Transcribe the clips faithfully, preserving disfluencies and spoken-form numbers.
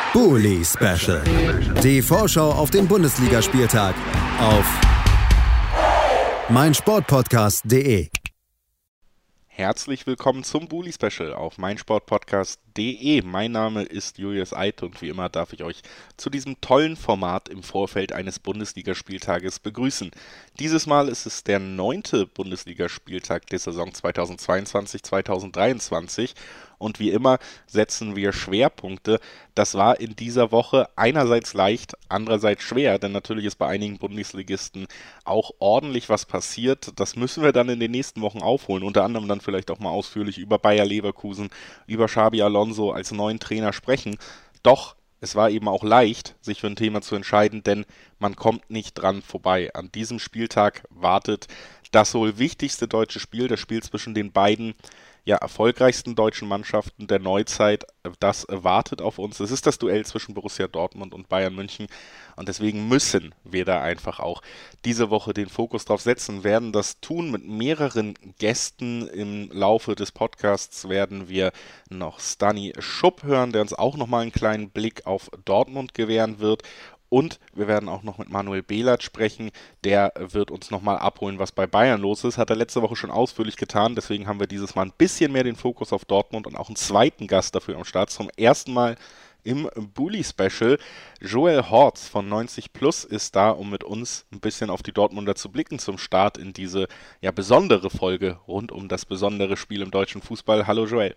Bully Special. Die Vorschau auf den Bundesligaspieltag auf meinsportpodcast punkt de. Herzlich willkommen zum Bully Special auf meinsportpodcast punkt de. Mein Name ist Julius Eid und wie immer darf ich euch zu diesem tollen Format im Vorfeld eines Bundesligaspieltages begrüßen. Dieses Mal ist es der neunte Bundesligaspieltag der Saison zweitausendzweiundzwanzig zweitausenddreiundzwanzig und wie immer setzen wir Schwerpunkte. Das war in dieser Woche einerseits leicht, andererseits schwer, denn natürlich ist bei einigen Bundesligisten auch ordentlich was passiert. Das müssen wir dann in den nächsten Wochen aufholen, unter anderem dann vielleicht auch mal ausführlich über Bayer Leverkusen, über Xabi Alonso als neuen Trainer sprechen. Doch es war eben auch leicht, sich für ein Thema zu entscheiden, denn man kommt nicht dran vorbei. An diesem Spieltag wartet das wohl wichtigste deutsche Spiel, das Spiel zwischen den beiden ja, erfolgreichsten deutschen Mannschaften der Neuzeit. Das wartet auf uns. Es ist das Duell zwischen Borussia Dortmund und Bayern München und deswegen müssen wir da einfach auch diese Woche den Fokus drauf setzen, werden das tun mit mehreren Gästen. Im Laufe des Podcasts werden wir noch Stani Schupp hören, der uns auch nochmal einen kleinen Blick auf Dortmund gewähren wird. Und wir werden auch noch mit Manuel Behlert sprechen, der wird uns nochmal abholen, was bei Bayern los ist. Hat er letzte Woche schon ausführlich getan, deswegen haben wir dieses Mal ein bisschen mehr den Fokus auf Dortmund und auch einen zweiten Gast dafür am Start. Zum ersten Mal im Bully Special. Joel Horz von neunzig Plus ist da, um mit uns ein bisschen auf die Dortmunder zu blicken zum Start in diese ja besondere Folge rund um das besondere Spiel im deutschen Fußball. Hallo Joel.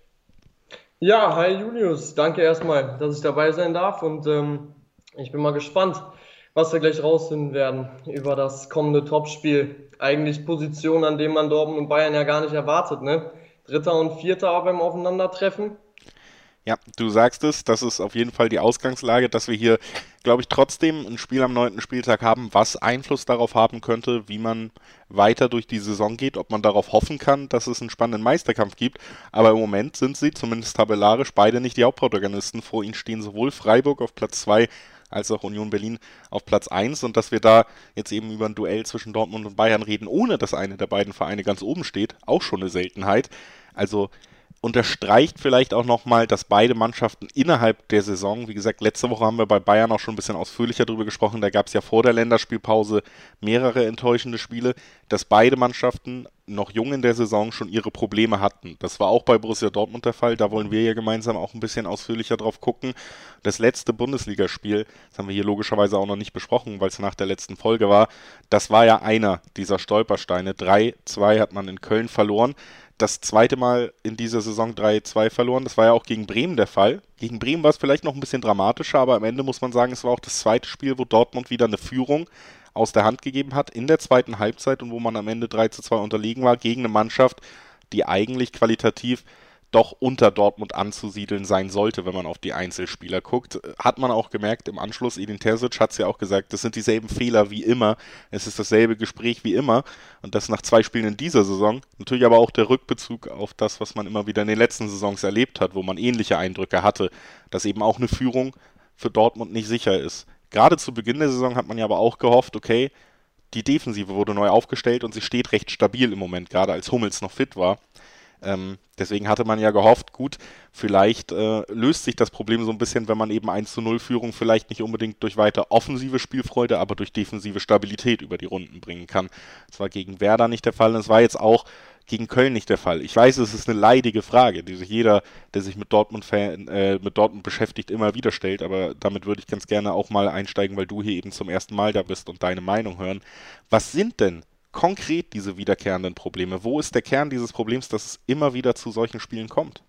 Ja, hi Julius. Danke erstmal, dass ich dabei sein darf und ähm ich bin mal gespannt, was wir gleich rausfinden werden über das kommende Topspiel. Eigentlich Positionen, an denen man Dortmund und Bayern ja gar nicht erwartet, ne? Dritter und Vierter beim Aufeinandertreffen. Ja, du sagst es, das ist auf jeden Fall die Ausgangslage, dass wir hier, glaube ich, trotzdem ein Spiel am neunten Spieltag haben, was Einfluss darauf haben könnte, wie man weiter durch die Saison geht, ob man darauf hoffen kann, dass es einen spannenden Meisterkampf gibt. Aber im Moment sind sie, zumindest tabellarisch, beide nicht die Hauptprotagonisten. Vor ihnen stehen sowohl Freiburg auf Platz zwei als auch Union Berlin auf Platz eins. Und dass wir da jetzt eben über ein Duell zwischen Dortmund und Bayern reden, ohne dass eine der beiden Vereine ganz oben steht, auch schon eine Seltenheit. Also unterstreicht vielleicht auch nochmal, dass beide Mannschaften innerhalb der Saison, wie gesagt, letzte Woche haben wir bei Bayern auch schon ein bisschen ausführlicher drüber gesprochen, da gab es ja vor der Länderspielpause mehrere enttäuschende Spiele, dass beide Mannschaften noch jung in der Saison schon ihre Probleme hatten. Das war auch bei Borussia Dortmund der Fall, da wollen wir ja gemeinsam auch ein bisschen ausführlicher drauf gucken. Das letzte Bundesligaspiel, das haben wir hier logischerweise auch noch nicht besprochen, weil es nach der letzten Folge war, das war ja einer dieser Stolpersteine. drei zwei hat man in Köln verloren. Das zweite Mal in dieser Saison drei zwei verloren. Das war ja auch gegen Bremen der Fall. Gegen Bremen war es vielleicht noch ein bisschen dramatischer, aber am Ende muss man sagen, es war auch das zweite Spiel, wo Dortmund wieder eine Führung aus der Hand gegeben hat in der zweiten Halbzeit und wo man am Ende drei zu zwei unterlegen war gegen eine Mannschaft, die eigentlich qualitativ doch unter Dortmund anzusiedeln sein sollte, wenn man auf die Einzelspieler guckt. Hat man auch gemerkt im Anschluss, Edin Terzic hat es ja auch gesagt, das sind dieselben Fehler wie immer, es ist dasselbe Gespräch wie immer und das nach zwei Spielen in dieser Saison. Natürlich aber auch der Rückbezug auf das, was man immer wieder in den letzten Saisons erlebt hat, wo man ähnliche Eindrücke hatte, dass eben auch eine Führung für Dortmund nicht sicher ist. Gerade zu Beginn der Saison hat man ja aber auch gehofft, okay, die Defensive wurde neu aufgestellt und sie steht recht stabil im Moment, gerade als Hummels noch fit war. Ähm, deswegen hatte man ja gehofft, gut, vielleicht äh, löst sich das Problem so ein bisschen, wenn man eben eins zu null Führung vielleicht nicht unbedingt durch weiter offensive Spielfreude, aber durch defensive Stabilität über die Runden bringen kann. Das war gegen Werder nicht der Fall und es war jetzt auch gegen Köln nicht der Fall. Ich weiß, es ist eine leidige Frage, die sich jeder, der sich mit Dortmund, äh, mit Dortmund beschäftigt, immer wieder stellt, aber damit würde ich ganz gerne auch mal einsteigen, weil du hier eben zum ersten Mal da bist und deine Meinung hören. Was sind denn konkret diese wiederkehrenden Probleme? Wo ist der Kern dieses Problems, dass es immer wieder zu solchen Spielen kommt?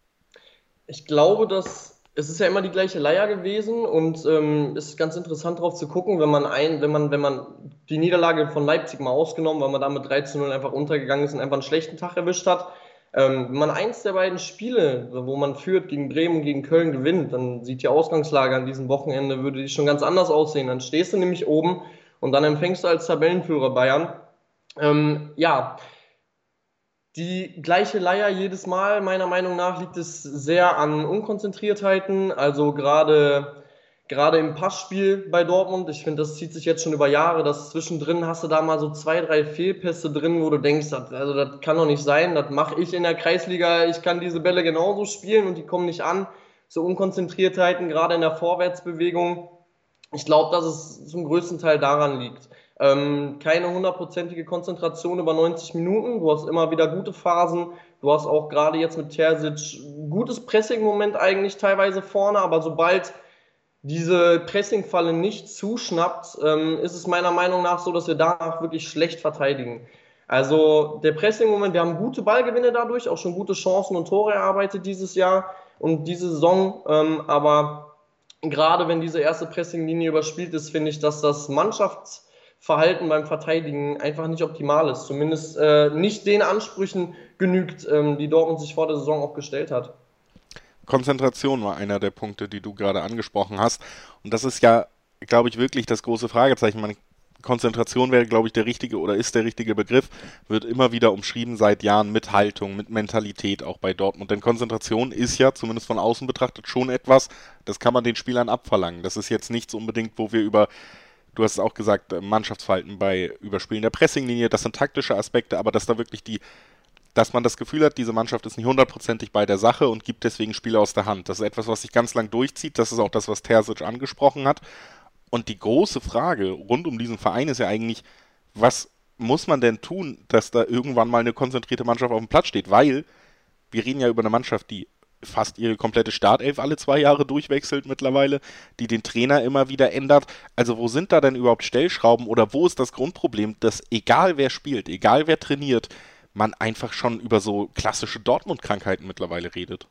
Ich glaube, dass es ist ja immer die gleiche Leier gewesen und ähm, es ist ganz interessant drauf zu gucken, wenn man ein, wenn man, wenn man die Niederlage von Leipzig mal ausgenommen, weil man da mit drei zu null einfach untergegangen ist und einfach einen schlechten Tag erwischt hat. Ähm, wenn man eins der beiden Spiele, wo man führt, gegen Bremen und gegen Köln gewinnt, dann sieht die Ausgangslage an diesem Wochenende, würde die schon ganz anders aussehen. Dann stehst du nämlich oben und dann empfängst du als Tabellenführer Bayern. Ähm, ja, die gleiche Leier jedes Mal, meiner Meinung nach, liegt es sehr an Unkonzentriertheiten, also gerade gerade im Passspiel bei Dortmund. Ich finde, das zieht sich jetzt schon über Jahre, dass zwischendrin hast du da mal so zwei, drei Fehlpässe drin, wo du denkst, das, also das kann doch nicht sein, das mache ich in der Kreisliga, ich kann diese Bälle genauso spielen und die kommen nicht an. so Unkonzentriertheiten, gerade in der Vorwärtsbewegung. Ich glaube, dass es zum größten Teil daran liegt. Ähm, keine hundertprozentige Konzentration über neunzig Minuten. Du hast immer wieder gute Phasen. Du hast auch gerade jetzt mit Terzic ein gutes Pressing-Moment eigentlich teilweise vorne, aber sobald diese Pressing-Falle nicht zuschnappt, ähm, ist es meiner Meinung nach so, dass wir danach wirklich schlecht verteidigen. Also der Pressing-Moment, wir haben gute Ballgewinne dadurch, auch schon gute Chancen und Tore erarbeitet dieses Jahr und diese Saison, ähm, aber gerade wenn diese erste Pressing-Linie überspielt ist, finde ich, dass das Mannschaftsverhalten beim Verteidigen einfach nicht optimal ist. Zumindest äh, nicht den Ansprüchen genügt, ähm, die Dortmund sich vor der Saison auch gestellt hat. Konzentration war einer der Punkte, die du gerade angesprochen hast. Und das ist ja, glaube ich, wirklich das große Fragezeichen. Man, Konzentration wäre, glaube ich, der richtige oder ist der richtige Begriff, wird immer wieder umschrieben seit Jahren mit Haltung, mit Mentalität auch bei Dortmund. Denn Konzentration ist ja, zumindest von außen betrachtet, schon etwas, das kann man den Spielern abverlangen. Das ist jetzt nichts unbedingt, wo wir über, du hast es auch gesagt, Mannschaftsverhalten bei Überspielen der Pressinglinie, das sind taktische Aspekte, aber dass da wirklich die, dass man das Gefühl hat, diese Mannschaft ist nicht hundertprozentig bei der Sache und gibt deswegen Spiele aus der Hand. Das ist etwas, was sich ganz lang durchzieht. Das ist auch das, was Terzic angesprochen hat. Und die große Frage rund um diesen Verein ist ja eigentlich, was muss man denn tun, dass da irgendwann mal eine konzentrierte Mannschaft auf dem Platz steht? Weil wir reden ja über eine Mannschaft, die fast ihre komplette Startelf alle zwei Jahre durchwechselt mittlerweile, die den Trainer immer wieder ändert. Also wo sind da denn überhaupt Stellschrauben oder wo ist das Grundproblem, dass egal wer spielt, egal wer trainiert, man einfach schon über so klassische Dortmund-Krankheiten mittlerweile redet?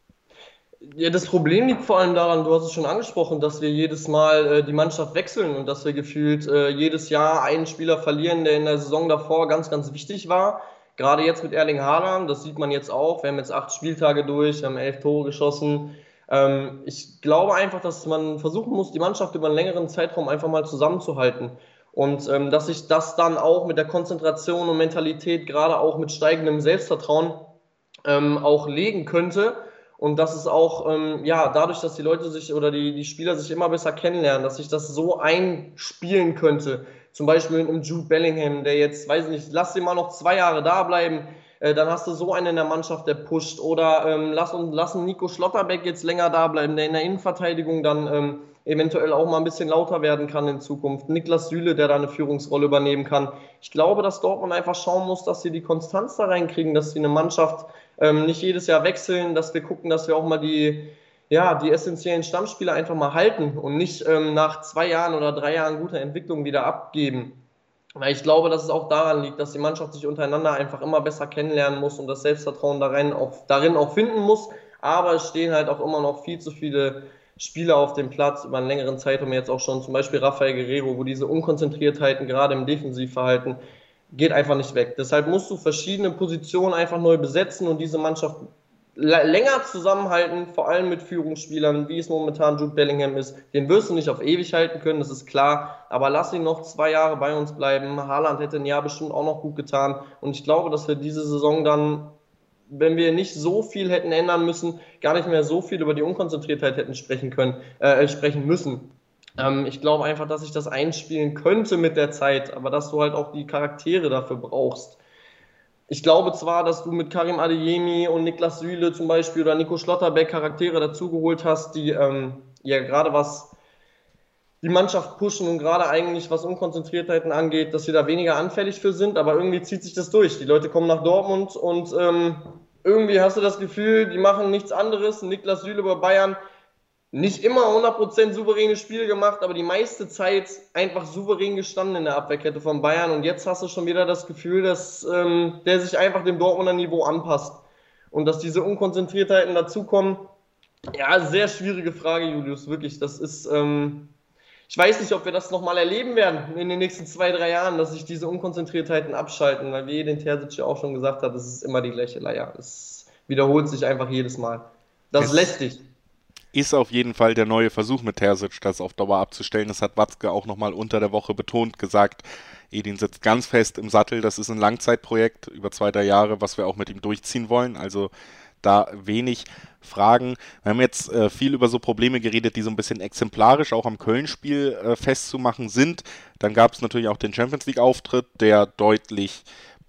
Ja, das Problem liegt vor allem daran, du hast es schon angesprochen, dass wir jedes Mal äh, die Mannschaft wechseln und dass wir gefühlt äh, jedes Jahr einen Spieler verlieren, der in der Saison davor ganz, ganz wichtig war. Gerade jetzt mit Erling Haaland, das sieht man jetzt auch. Wir haben jetzt acht Spieltage durch, wir haben elf Tore geschossen. Ähm, ich glaube einfach, dass man versuchen muss, die Mannschaft über einen längeren Zeitraum einfach mal zusammenzuhalten. Und ähm, dass sich das dann auch mit der Konzentration und Mentalität, gerade auch mit steigendem Selbstvertrauen, ähm, auch legen könnte. Und dass es auch, ähm, ja, dadurch, dass die Leute sich oder die, die Spieler sich immer besser kennenlernen, dass sich das so einspielen könnte. Zum Beispiel mit einem Jude Bellingham, der jetzt, weiß ich nicht, lass den mal noch zwei Jahre da bleiben, äh, dann hast du so einen in der Mannschaft, der pusht. Oder ähm, lass, lass einen Nico Schlotterbeck jetzt länger da bleiben, der in der Innenverteidigung dann ähm, eventuell auch mal ein bisschen lauter werden kann in Zukunft. Niklas Süle, der da eine Führungsrolle übernehmen kann. Ich glaube, dass Dortmund einfach schauen muss, dass sie die Konstanz da reinkriegen, dass sie eine Mannschaft ähm, nicht jedes Jahr wechseln, dass wir gucken, dass wir auch mal die, ja, die essentiellen Stammspieler einfach mal halten und nicht ähm, nach zwei Jahren oder drei Jahren guter Entwicklung wieder abgeben. Weil ich glaube, dass es auch daran liegt, dass die Mannschaft sich untereinander einfach immer besser kennenlernen muss und das Selbstvertrauen darin auch, darin auch finden muss. Aber es stehen halt auch immer noch viel zu viele Spieler auf dem Platz über einen längeren Zeitraum, jetzt auch schon zum Beispiel Rafael Guerreiro, wo diese Unkonzentriertheiten gerade im Defensivverhalten geht einfach nicht weg. Deshalb musst du verschiedene Positionen einfach neu besetzen und diese Mannschaft länger zusammenhalten, vor allem mit Führungsspielern, wie es momentan Jude Bellingham ist. Den wirst du nicht auf ewig halten können, das ist klar, aber lass ihn noch zwei Jahre bei uns bleiben. Haaland hätte ein Jahr bestimmt auch noch gut getan und ich glaube, dass wir diese Saison dann, wenn wir nicht so viel hätten ändern müssen, gar nicht mehr so viel über die Unkonzentriertheit hätten sprechen können, äh, sprechen müssen. Ähm, ich glaube einfach, dass sich das einspielen könnte mit der Zeit, aber dass du halt auch die Charaktere dafür brauchst. Ich glaube zwar, dass du mit Karim Adeyemi und Niklas Süle zum Beispiel oder Nico Schlotterbeck Charaktere dazugeholt hast, die ähm, ja gerade was die Mannschaft pushen und gerade eigentlich was Unkonzentriertheiten angeht, dass wir da weniger anfällig für sind, aber irgendwie zieht sich das durch. Die Leute kommen nach Dortmund und ähm, irgendwie hast du das Gefühl, die machen nichts anderes. Niklas Süle bei Bayern nicht immer hundert Prozent souveräne Spiele gemacht, aber die meiste Zeit einfach souverän gestanden in der Abwehrkette von Bayern. Und jetzt hast du schon wieder das Gefühl, dass ähm, der sich einfach dem Dortmunder Niveau anpasst. Und dass diese Unkonzentriertheiten dazukommen. Ja, sehr schwierige Frage, Julius, wirklich. Das ist, ähm, ich weiß nicht, ob wir das nochmal erleben werden in den nächsten zwei, drei Jahren, dass sich diese Unkonzentriertheiten abschalten. Weil wie den Terzic ja auch schon gesagt hat, das ist immer die gleiche Leier. Es wiederholt sich einfach jedes Mal. Das ist lästig. Ist auf jeden Fall der neue Versuch mit Terzic, das auf Dauer abzustellen. Das hat Watzke auch nochmal unter der Woche betont, gesagt, Edin sitzt ganz fest im Sattel. Das ist ein Langzeitprojekt über zwei, drei Jahre, was wir auch mit ihm durchziehen wollen. Also da wenig Fragen. Wir haben jetzt äh, viel über so Probleme geredet, die so ein bisschen exemplarisch auch am Köln-Spiel äh, festzumachen sind. Dann gab es natürlich auch den Champions-League-Auftritt, der deutlich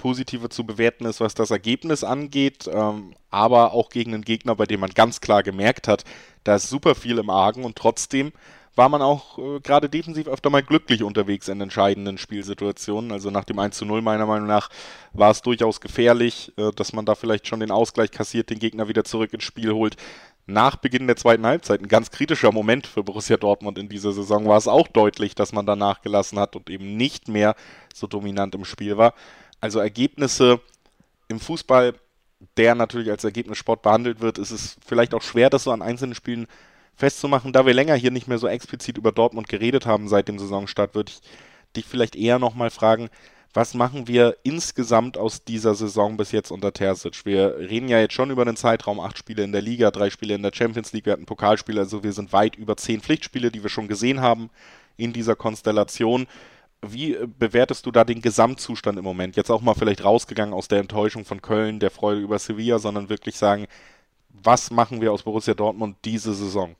positiver zu bewerten ist, was das Ergebnis angeht, ähm, aber auch gegen einen Gegner, bei dem man ganz klar gemerkt hat, da ist super viel im Argen und trotzdem war man auch äh, gerade defensiv öfter mal glücklich unterwegs in entscheidenden Spielsituationen. Also nach dem eins zu null meiner Meinung nach war es durchaus gefährlich, äh, dass man da vielleicht schon den Ausgleich kassiert, den Gegner wieder zurück ins Spiel holt. Nach Beginn der zweiten Halbzeit, ein ganz kritischer Moment für Borussia Dortmund in dieser Saison, war es auch deutlich, dass man da nachgelassen hat und eben nicht mehr so dominant im Spiel war. Also Ergebnisse im Fußball, der natürlich als Ergebnissport behandelt wird, ist es vielleicht auch schwer, das so an einzelnen Spielen festzumachen. Da wir länger hier nicht mehr so explizit über Dortmund geredet haben seit dem Saisonstart, würde ich dich vielleicht eher nochmal fragen, was machen wir insgesamt aus dieser Saison bis jetzt unter Terzic? Wir reden ja jetzt schon über den Zeitraum, acht Spiele in der Liga, drei Spiele in der Champions League, wir hatten Pokalspiele, also wir sind weit über zehn Pflichtspiele, die wir schon gesehen haben in dieser Konstellation. Wie bewertest du da den Gesamtzustand im Moment? Jetzt auch mal vielleicht rausgegangen aus der Enttäuschung von Köln, der Freude über Sevilla, sondern wirklich sagen, was machen wir aus Borussia Dortmund diese Saison?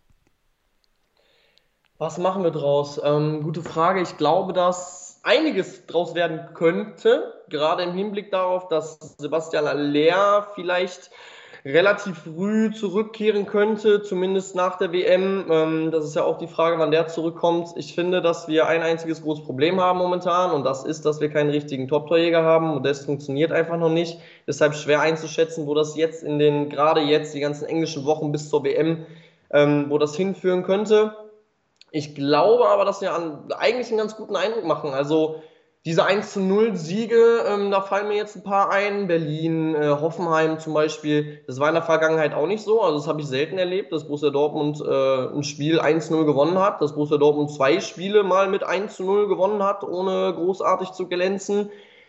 Was machen wir draus? Ähm, gute Frage. Ich glaube, dass einiges draus werden könnte, gerade im Hinblick darauf, dass Sebastian Aller vielleicht relativ früh zurückkehren könnte, zumindest nach der W M. Ähm, das ist ja auch die Frage, wann der zurückkommt. Ich finde, dass wir ein einziges großes Problem haben momentan und das ist, dass wir keinen richtigen Top-Torjäger haben und das funktioniert einfach noch nicht. Deshalb schwer einzuschätzen, wo das jetzt in den, gerade jetzt die ganzen englischen Wochen bis zur W M, ähm, wo das hinführen könnte. Ich glaube aber, dass wir an, eigentlich einen ganz guten Eindruck machen. Also diese eins zu null Siege, ähm, da fallen mir jetzt ein paar ein. Berlin, äh, Hoffenheim zum Beispiel. Das war in der Vergangenheit auch nicht so. Also das habe ich selten erlebt, dass Borussia Dortmund äh, ein Spiel eins zu null gewonnen hat. Dass Borussia Dortmund zwei Spiele mal mit eins zu null gewonnen hat, ohne großartig zu glänzen.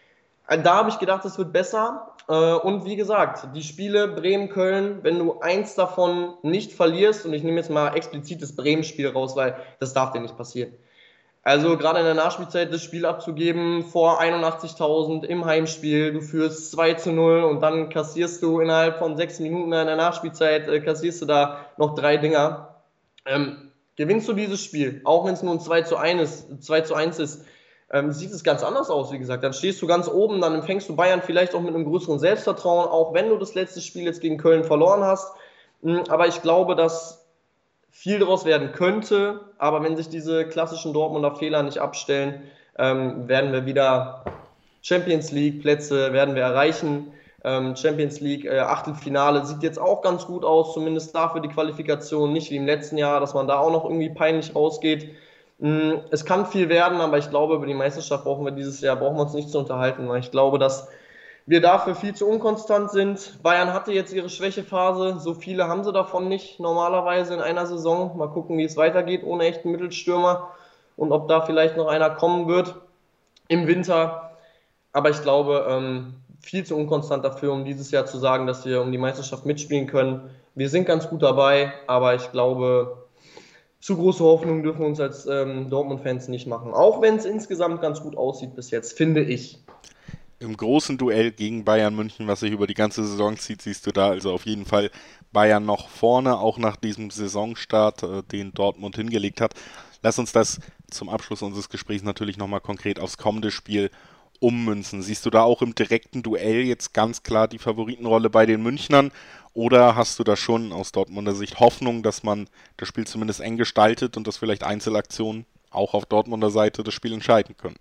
Da habe ich gedacht, es wird besser. Und wie gesagt, die Spiele Bremen-Köln, wenn du eins davon nicht verlierst, und ich nehme jetzt mal explizit das Bremen-Spiel raus, weil das darf dir nicht passieren. Also gerade in der Nachspielzeit das Spiel abzugeben vor einundachtzigtausend im Heimspiel, du führst zwei zu null und dann kassierst du innerhalb von sechs Minuten in der Nachspielzeit, äh, kassierst du da noch drei Dinger. Ähm, gewinnst du dieses Spiel, auch wenn es nur ein zwei zu eins ist, zwei zu eins ist, ähm, sieht es ganz anders aus, wie gesagt. Dann stehst du ganz oben, dann empfängst du Bayern vielleicht auch mit einem größeren Selbstvertrauen, auch wenn du das letzte Spiel jetzt gegen Köln verloren hast. Aber ich glaube, dass viel daraus werden könnte, aber wenn sich diese klassischen Dortmunder Fehler nicht abstellen, ähm, werden wir wieder Champions League Plätze werden wir erreichen. Ähm, Champions League äh, Achtelfinale sieht jetzt auch ganz gut aus, zumindest dafür die Qualifikation, nicht wie im letzten Jahr, dass man da auch noch irgendwie peinlich rausgeht. Ähm, es kann viel werden, aber ich glaube, über die Meisterschaft brauchen wir dieses Jahr, brauchen wir uns nicht zu unterhalten, weil ich glaube, dass wir dafür viel zu unkonstant sind. Bayern hatte jetzt ihre Schwächephase, so viele haben sie davon nicht normalerweise in einer Saison. Mal gucken, wie es weitergeht ohne echten Mittelstürmer und ob da vielleicht noch einer kommen wird im Winter. Aber ich glaube, ähm, viel zu unkonstant dafür, um dieses Jahr zu sagen, dass wir um die Meisterschaft mitspielen können. Wir sind ganz gut dabei, aber ich glaube, zu große Hoffnungen dürfen wir uns als ähm, Dortmund-Fans nicht machen. Auch wenn es insgesamt ganz gut aussieht bis jetzt, finde ich. Im großen Duell gegen Bayern München, was sich über die ganze Saison zieht, siehst du da also auf jeden Fall Bayern noch vorne, auch nach diesem Saisonstart, äh, den Dortmund hingelegt hat. Lass uns das zum Abschluss unseres Gesprächs natürlich nochmal konkret aufs kommende Spiel ummünzen. Siehst du da auch im direkten Duell jetzt ganz klar die Favoritenrolle bei den Münchnern oder hast du da schon aus Dortmunder Sicht Hoffnung, dass man das Spiel zumindest eng gestaltet und dass vielleicht Einzelaktionen auch auf Dortmunder Seite das Spiel entscheiden können?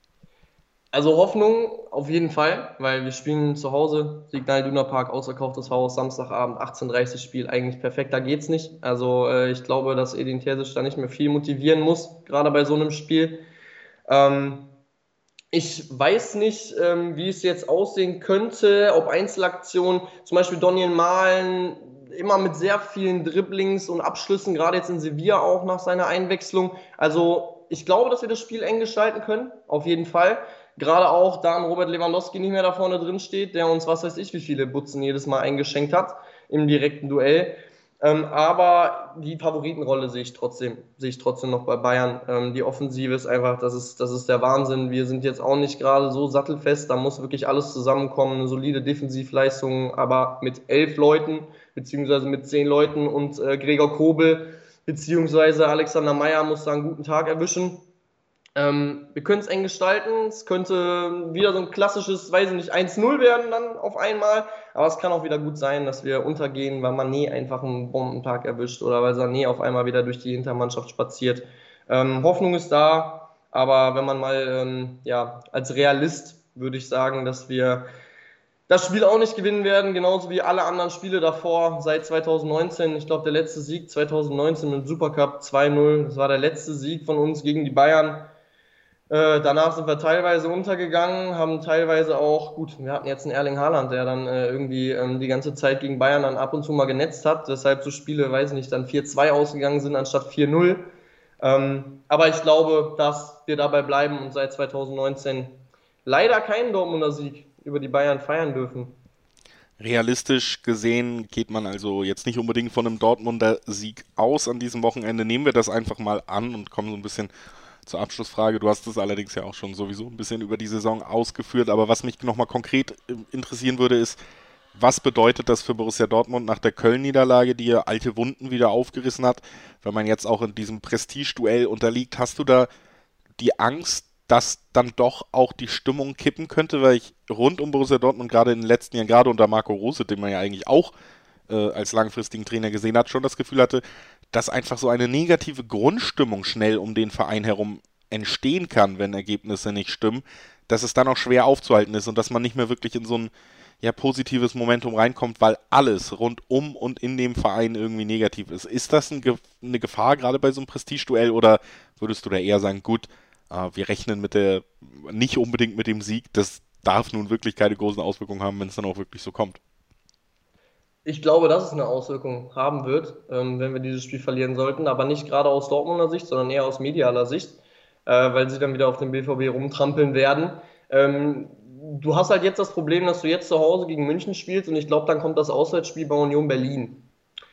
Also Hoffnung auf jeden Fall, weil wir spielen zu Hause, Signal Iduna Park, ausverkauftes Haus, Samstagabend, achtzehn Uhr dreißig Spiel, eigentlich perfekter geht's nicht. Also äh, ich glaube, dass Edin Terzic da nicht mehr viel motivieren muss, gerade bei so einem Spiel. Ähm, ich weiß nicht, ähm, wie es jetzt aussehen könnte, ob Einzelaktionen, zum Beispiel Daniel Mahlen, immer mit sehr vielen Dribblings und Abschlüssen, gerade jetzt in Sevilla auch nach seiner Einwechslung. Also ich glaube, dass wir das Spiel eng gestalten können, auf jeden Fall. Gerade auch, da ein Robert Lewandowski nicht mehr da vorne drin steht, der uns, was weiß ich, wie viele Butzen jedes Mal eingeschenkt hat im direkten Duell. Ähm, aber die Favoritenrolle sehe ich trotzdem, sehe ich trotzdem noch bei Bayern. Ähm, die Offensive ist einfach, das ist, das ist der Wahnsinn. Wir sind jetzt auch nicht gerade so sattelfest, da muss wirklich alles zusammenkommen, eine solide Defensivleistung, aber mit elf Leuten, beziehungsweise mit zehn Leuten und äh, Gregor Kobel, beziehungsweise Alexander Meyer muss da einen guten Tag erwischen. Ähm, wir können es eng gestalten, es könnte wieder so ein klassisches, weiß ich nicht, eins null werden dann auf einmal, aber es kann auch wieder gut sein, dass wir untergehen, weil Mané einfach einen Bombentag erwischt oder weil Sané auf einmal wieder durch die Hintermannschaft spaziert. Ähm, Hoffnung ist da, aber wenn man mal ähm, ja, als Realist würde ich sagen, dass wir das Spiel auch nicht gewinnen werden, genauso wie alle anderen Spiele davor seit zwanzig neunzehn. Ich glaube, der letzte Sieg zwanzig neunzehn im Supercup zwei null, das war der letzte Sieg von uns gegen die Bayern. Äh, danach sind wir teilweise untergegangen, haben teilweise auch, gut, wir hatten jetzt einen Erling Haaland, der dann äh, irgendwie ähm, die ganze Zeit gegen Bayern dann ab und zu mal genetzt hat, deshalb so Spiele, weiß ich nicht, dann vier zwei ausgegangen sind anstatt vier null. Ähm, aber ich glaube, dass wir dabei bleiben und seit zwanzig neunzehn leider keinen Dortmunder Sieg über die Bayern feiern dürfen. Realistisch gesehen geht man also jetzt nicht unbedingt von einem Dortmunder Sieg aus an diesem Wochenende. Nehmen wir das einfach mal an und kommen so ein bisschen zur Abschlussfrage. Du hast es allerdings ja auch schon sowieso ein bisschen über die Saison ausgeführt, aber was mich nochmal konkret interessieren würde, ist, was bedeutet das für Borussia Dortmund nach der Köln-Niederlage, die ja alte Wunden wieder aufgerissen hat, wenn man jetzt auch in diesem Prestige-Duell unterliegt? Hast du da die Angst, dass dann doch auch die Stimmung kippen könnte, weil ich rund um Borussia Dortmund gerade in den letzten Jahren, gerade unter Marco Rose, den man ja eigentlich auch äh, als langfristigen Trainer gesehen hat, schon das Gefühl hatte, dass einfach so eine negative Grundstimmung schnell um den Verein herum entstehen kann, wenn Ergebnisse nicht stimmen, dass es dann auch schwer aufzuhalten ist und dass man nicht mehr wirklich in so ein ja, positives Momentum reinkommt, weil alles rund um und in dem Verein irgendwie negativ ist. Ist das ein Ge- eine Gefahr, gerade bei so einem Prestigeduell, oder würdest du da eher sagen, gut, äh, wir rechnen mit der, nicht unbedingt mit dem Sieg, das darf nun wirklich keine großen Auswirkungen haben, wenn es dann auch wirklich so kommt? Ich glaube, dass es eine Auswirkung haben wird, ähm, wenn wir dieses Spiel verlieren sollten, aber nicht gerade aus Dortmunder Sicht, sondern eher aus medialer Sicht, äh, weil sie dann wieder auf dem B V B rumtrampeln werden. Ähm, du hast halt jetzt das Problem, dass du jetzt zu Hause gegen München spielst und ich glaube, dann kommt das Auswärtsspiel bei Union Berlin.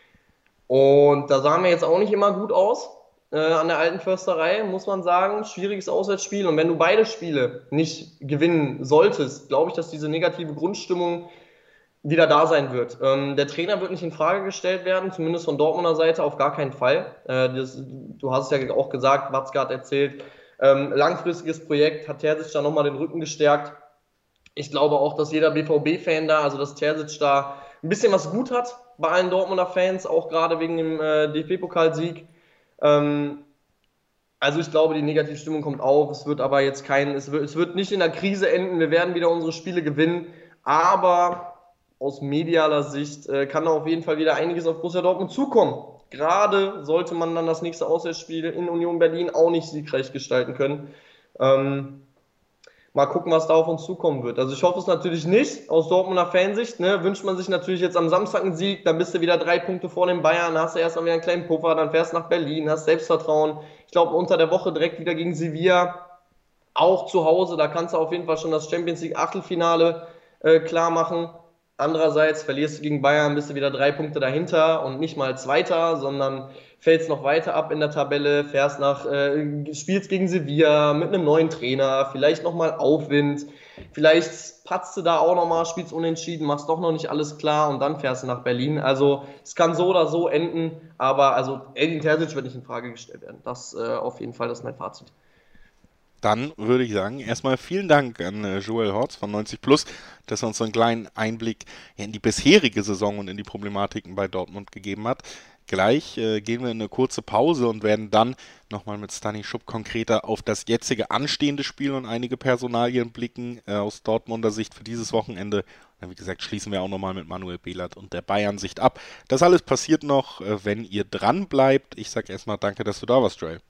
Und da sahen wir jetzt auch nicht immer gut aus äh, an der alten Försterei, muss man sagen. Schwieriges Auswärtsspiel. Und wenn du beide Spiele nicht gewinnen solltest, glaube ich, dass diese negative Grundstimmung wieder da sein wird. Ähm, der Trainer wird nicht in Frage gestellt werden, zumindest von Dortmunder Seite auf gar keinen Fall. Äh, das, du hast es ja auch gesagt, Watzke hat erzählt, ähm, langfristiges Projekt, hat Terzic da nochmal den Rücken gestärkt. Ich glaube auch, dass jeder B V B-Fan da, also dass Terzic da ein bisschen was gut hat bei allen Dortmunder Fans, auch gerade wegen dem äh, D F B-Pokalsieg. Ähm, also ich glaube, die Negativstimmung kommt auf. Es wird aber jetzt kein, es wird, es wird nicht in der Krise enden. Wir werden wieder unsere Spiele gewinnen, aber aus medialer Sicht äh, kann da auf jeden Fall wieder einiges auf Borussia Dortmund zukommen. Gerade sollte man dann das nächste Auswärtsspiel in Union Berlin auch nicht siegreich gestalten können. Ähm, mal gucken, was da auf uns zukommen wird. Also ich hoffe es natürlich nicht, aus Dortmunder Fansicht. Ne, wünscht man sich natürlich jetzt am Samstag einen Sieg, dann bist du wieder drei Punkte vor den Bayern, hast du erst mal wieder einen kleinen Puffer, dann fährst du nach Berlin, hast Selbstvertrauen. Ich glaube, unter der Woche direkt wieder gegen Sevilla, auch zu Hause, da kannst du auf jeden Fall schon das Champions League Achtelfinale äh, klar machen. Andererseits verlierst du gegen Bayern, bist du wieder drei Punkte dahinter und nicht mal Zweiter, sondern fällst noch weiter ab in der Tabelle, fährst nach, äh, spielst gegen Sevilla mit einem neuen Trainer, vielleicht nochmal Aufwind, vielleicht patzt du da auch nochmal, spielst unentschieden, machst doch noch nicht alles klar und dann fährst du nach Berlin. Also es kann so oder so enden, aber also Edin Terzic wird nicht in Frage gestellt werden. Das äh, auf jeden Fall, das ist mein Fazit. Dann würde ich sagen, erstmal vielen Dank an äh, Joel Horz von neunzig Plus, dass er uns so einen kleinen Einblick in die bisherige Saison und in die Problematiken bei Dortmund gegeben hat. Gleich äh, gehen wir in eine kurze Pause und werden dann nochmal mit Stani Schupp konkreter auf das jetzige anstehende Spiel und einige Personalien blicken äh, aus Dortmunder Sicht für dieses Wochenende. Und wie gesagt, schließen wir auch nochmal mit Manuel Behlert und der Bayern-Sicht ab. Das alles passiert noch, äh, wenn ihr dran bleibt. Ich sage erstmal danke, dass du da warst, Joel.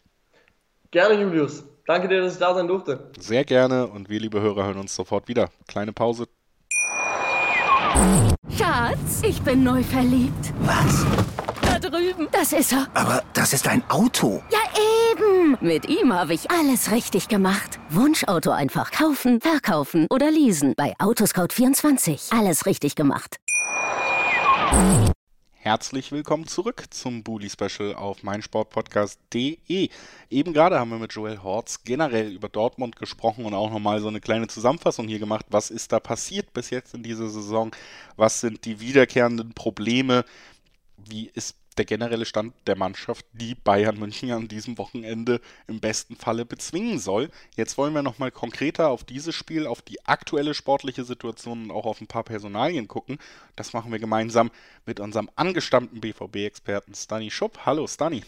Gerne, Julius. Danke dir, dass ich da sein durfte. Sehr gerne und wir, liebe Hörer, hören uns sofort wieder. Kleine Pause. Schatz, ich bin neu verliebt. Was? Da drüben. Das ist er. Aber das ist ein Auto. Ja, eben. Mit ihm habe ich alles richtig gemacht. Wunschauto einfach kaufen, verkaufen oder leasen. Bei Autoscout vierundzwanzig. Alles richtig gemacht. Herzlich willkommen zurück zum Bully-Special auf meinsportpodcast punkt de. Eben gerade haben wir mit Joel Horz generell über Dortmund gesprochen und auch nochmal so eine kleine Zusammenfassung hier gemacht. Was ist da passiert bis jetzt in dieser Saison? Was sind die wiederkehrenden Probleme? Wie ist der generelle Stand der Mannschaft, die Bayern München an diesem Wochenende im besten Falle bezwingen soll. Jetzt wollen wir nochmal konkreter auf dieses Spiel, auf die aktuelle sportliche Situation und auch auf ein paar Personalien gucken. Das machen wir gemeinsam mit unserem angestammten B V B-Experten Stani Schupp. Hallo Stani.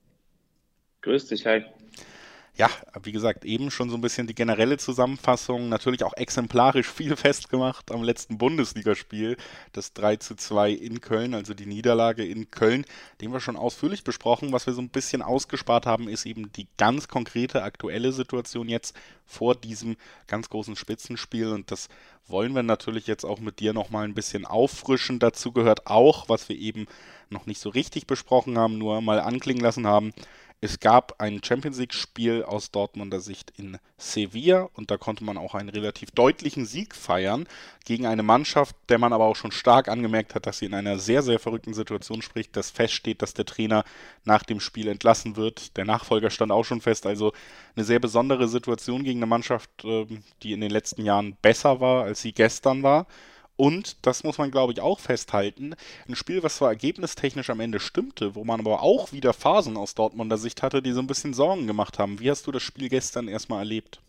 Grüß dich, hi. Ja, wie gesagt, eben schon so ein bisschen die generelle Zusammenfassung, natürlich auch exemplarisch viel festgemacht am letzten Bundesligaspiel, das drei zu zwei in Köln, also die Niederlage in Köln, den wir schon ausführlich besprochen. Was wir so ein bisschen ausgespart haben, ist eben die ganz konkrete aktuelle Situation jetzt vor diesem ganz großen Spitzenspiel, und das wollen wir natürlich jetzt auch mit dir nochmal ein bisschen auffrischen. Dazu gehört auch, was wir eben noch nicht so richtig besprochen haben, nur mal anklingen lassen haben: Es gab ein Champions-League-Spiel aus Dortmunder Sicht in Sevilla, und da konnte man auch einen relativ deutlichen Sieg feiern gegen eine Mannschaft, der man aber auch schon stark angemerkt hat, dass sie in einer sehr, sehr verrückten Situation spricht, dass feststeht, dass der Trainer nach dem Spiel entlassen wird. Der Nachfolger stand auch schon fest, also eine sehr besondere Situation gegen eine Mannschaft, die in den letzten Jahren besser war, als sie gestern war. Und, das muss man glaube ich auch festhalten, ein Spiel, was zwar ergebnistechnisch am Ende stimmte, wo man aber auch wieder Phasen aus Dortmunder Sicht hatte, die so ein bisschen Sorgen gemacht haben. Wie hast du das Spiel gestern erstmal erlebt?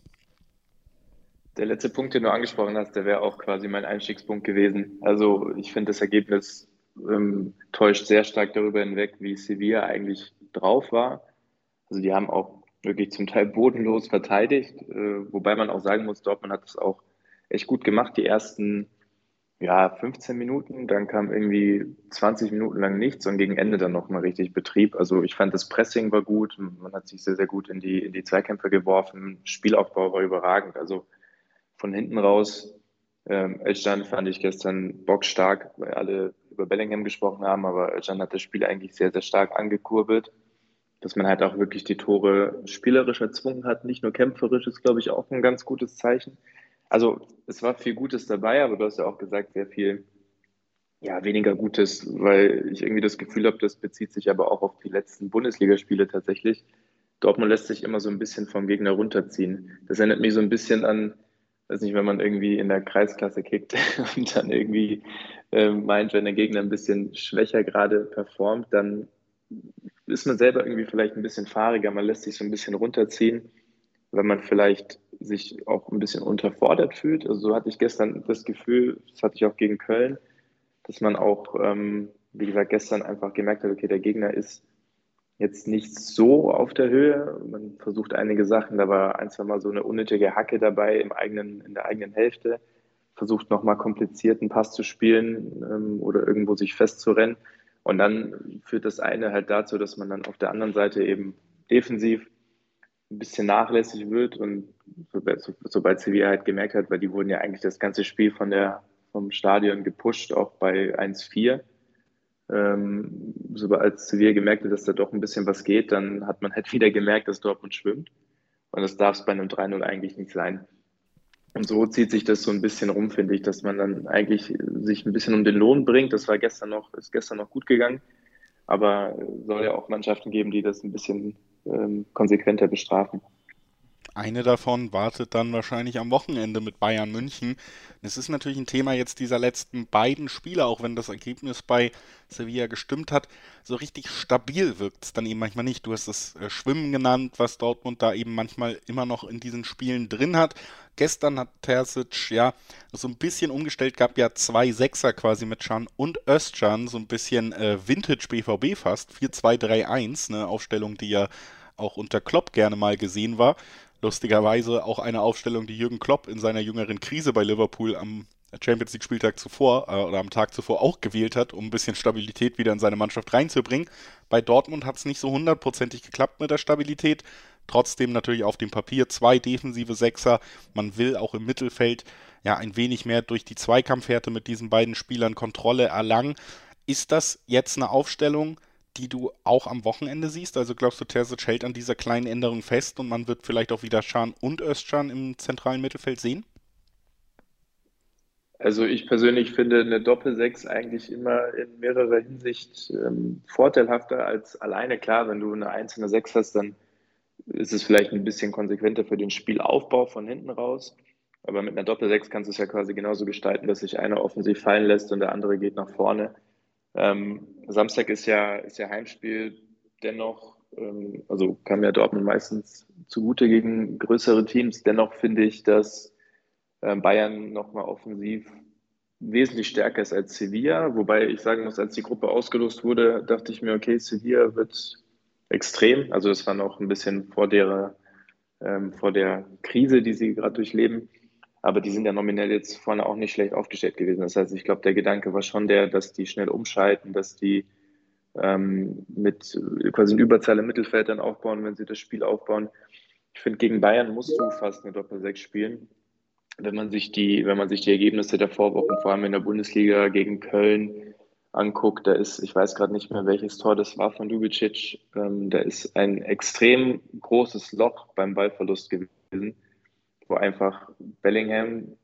Der letzte Punkt, den du angesprochen hast, der wäre auch quasi mein Einstiegspunkt gewesen. Also ich finde, das Ergebnis ähm, täuscht sehr stark darüber hinweg, wie Sevilla eigentlich drauf war. Also die haben auch wirklich zum Teil bodenlos verteidigt, äh, wobei man auch sagen muss, Dortmund hat es auch echt gut gemacht, die ersten ja, fünfzehn Minuten, dann kam irgendwie zwanzig Minuten lang nichts und gegen Ende dann nochmal richtig Betrieb. Also ich fand, das Pressing war gut, man hat sich sehr, sehr gut in die, in die Zweikämpfe geworfen, Spielaufbau war überragend. Also von hinten raus, ähm, Özcan fand ich gestern bockstark, weil alle über Bellingham gesprochen haben, aber Özcan hat das Spiel eigentlich sehr, sehr stark angekurbelt. Dass man halt auch wirklich die Tore spielerisch erzwungen hat, nicht nur kämpferisch, ist, glaube ich, auch ein ganz gutes Zeichen. Also es war viel Gutes dabei, aber du hast ja auch gesagt, sehr viel ja, weniger Gutes, weil ich irgendwie das Gefühl habe, das bezieht sich aber auch auf die letzten Bundesligaspiele tatsächlich. Dortmund lässt sich immer so ein bisschen vom Gegner runterziehen. Das erinnert mich so ein bisschen an, weiß nicht, wenn man irgendwie in der Kreisklasse kickt und dann irgendwie äh, meint, wenn der Gegner ein bisschen schwächer gerade performt, dann ist man selber irgendwie vielleicht ein bisschen fahriger, man lässt sich so ein bisschen runterziehen, wenn man vielleicht sich auch ein bisschen unterfordert fühlt. Also so hatte ich gestern das Gefühl, das hatte ich auch gegen Köln, dass man auch, ähm, wie gesagt, gestern einfach gemerkt hat, okay, der Gegner ist jetzt nicht so auf der Höhe. Man versucht einige Sachen, da war ein, zwei Mal so eine unnötige Hacke dabei im eigenen, in der eigenen Hälfte, versucht nochmal komplizierten Pass zu spielen ähm, oder irgendwo sich festzurennen. Und dann führt das eine halt dazu, dass man dann auf der anderen Seite eben defensiv ein bisschen nachlässig wird, und sobald, sobald Sevilla halt gemerkt hat, weil die wurden ja eigentlich das ganze Spiel von der, vom Stadion gepusht, auch bei eins vier. Ähm, sobald Sevilla gemerkt hat, dass da doch ein bisschen was geht, dann hat man halt wieder gemerkt, dass Dortmund schwimmt. Und das darf es bei einem drei null eigentlich nicht sein. Und so zieht sich das so ein bisschen rum, finde ich, dass man dann eigentlich sich ein bisschen um den Lohn bringt. Das war gestern noch, ist gestern noch gut gegangen. Aber es soll ja auch Mannschaften geben, die das ein bisschen ähm, konsequenter bestrafen. Eine davon wartet dann wahrscheinlich am Wochenende mit Bayern München. Es ist natürlich ein Thema jetzt dieser letzten beiden Spiele, auch wenn das Ergebnis bei Sevilla gestimmt hat. So richtig stabil wirkt es dann eben manchmal nicht. Du hast das äh, Schwimmen genannt, was Dortmund da eben manchmal immer noch in diesen Spielen drin hat. Gestern hat Terzic ja so ein bisschen umgestellt, gab ja zwei Sechser quasi mit Can und Özcan, so ein bisschen äh, Vintage B V B fast, vier zwei drei eins, eine Aufstellung, die ja auch unter Klopp gerne mal gesehen war. Lustigerweise auch eine Aufstellung, die Jürgen Klopp in seiner jüngeren Krise bei Liverpool am Champions League Spieltag zuvor äh, oder am Tag zuvor auch gewählt hat, um ein bisschen Stabilität wieder in seine Mannschaft reinzubringen. Bei Dortmund hat es nicht so hundertprozentig geklappt mit der Stabilität. Trotzdem natürlich auf dem Papier zwei defensive Sechser. Man will auch im Mittelfeld ja ein wenig mehr durch die Zweikampfhärte mit diesen beiden Spielern Kontrolle erlangen. Ist das jetzt eine Aufstellung, die du auch am Wochenende siehst? Also glaubst du, Terzic hält an dieser kleinen Änderung fest und man wird vielleicht auch wieder Can und Özcan im zentralen Mittelfeld sehen? Also ich persönlich finde eine Doppel-Sechs eigentlich immer in mehrerer Hinsicht ähm, vorteilhafter als alleine. Klar, wenn du eine einzelne Sechs hast, dann ist es vielleicht ein bisschen konsequenter für den Spielaufbau von hinten raus. Aber mit einer Doppel-Sechs kannst du es ja quasi genauso gestalten, dass sich einer offensiv fallen lässt und der andere geht nach vorne. Ähm, Samstag ist ja, ist ja Heimspiel, dennoch, ähm, also kam ja Dortmund meistens zugute gegen größere Teams. Dennoch finde ich, dass ähm, Bayern nochmal offensiv wesentlich stärker ist als Sevilla. Wobei ich sagen muss, als die Gruppe ausgelost wurde, dachte ich mir, okay, Sevilla wird extrem. Also das war noch ein bisschen vor der, ähm, vor der Krise, die sie gerade durchleben. Aber die sind ja nominell jetzt vorne auch nicht schlecht aufgestellt gewesen. Das heißt, ich glaube, der Gedanke war schon der, dass die schnell umschalten, dass die ähm, mit quasi eine Überzahl im Mittelfeld dann aufbauen, wenn sie das Spiel aufbauen. Ich finde, gegen Bayern musst du fast eine Doppel-Sechs spielen. Wenn man sich die, wenn man sich die Ergebnisse der Vorwochen, vor allem in der Bundesliga gegen Köln, anguckt, da ist, ich weiß gerade nicht mehr, welches Tor das war von Ljubicic, ähm, da ist ein extrem großes Loch beim Ballverlust gewesen, wo einfach Bellingham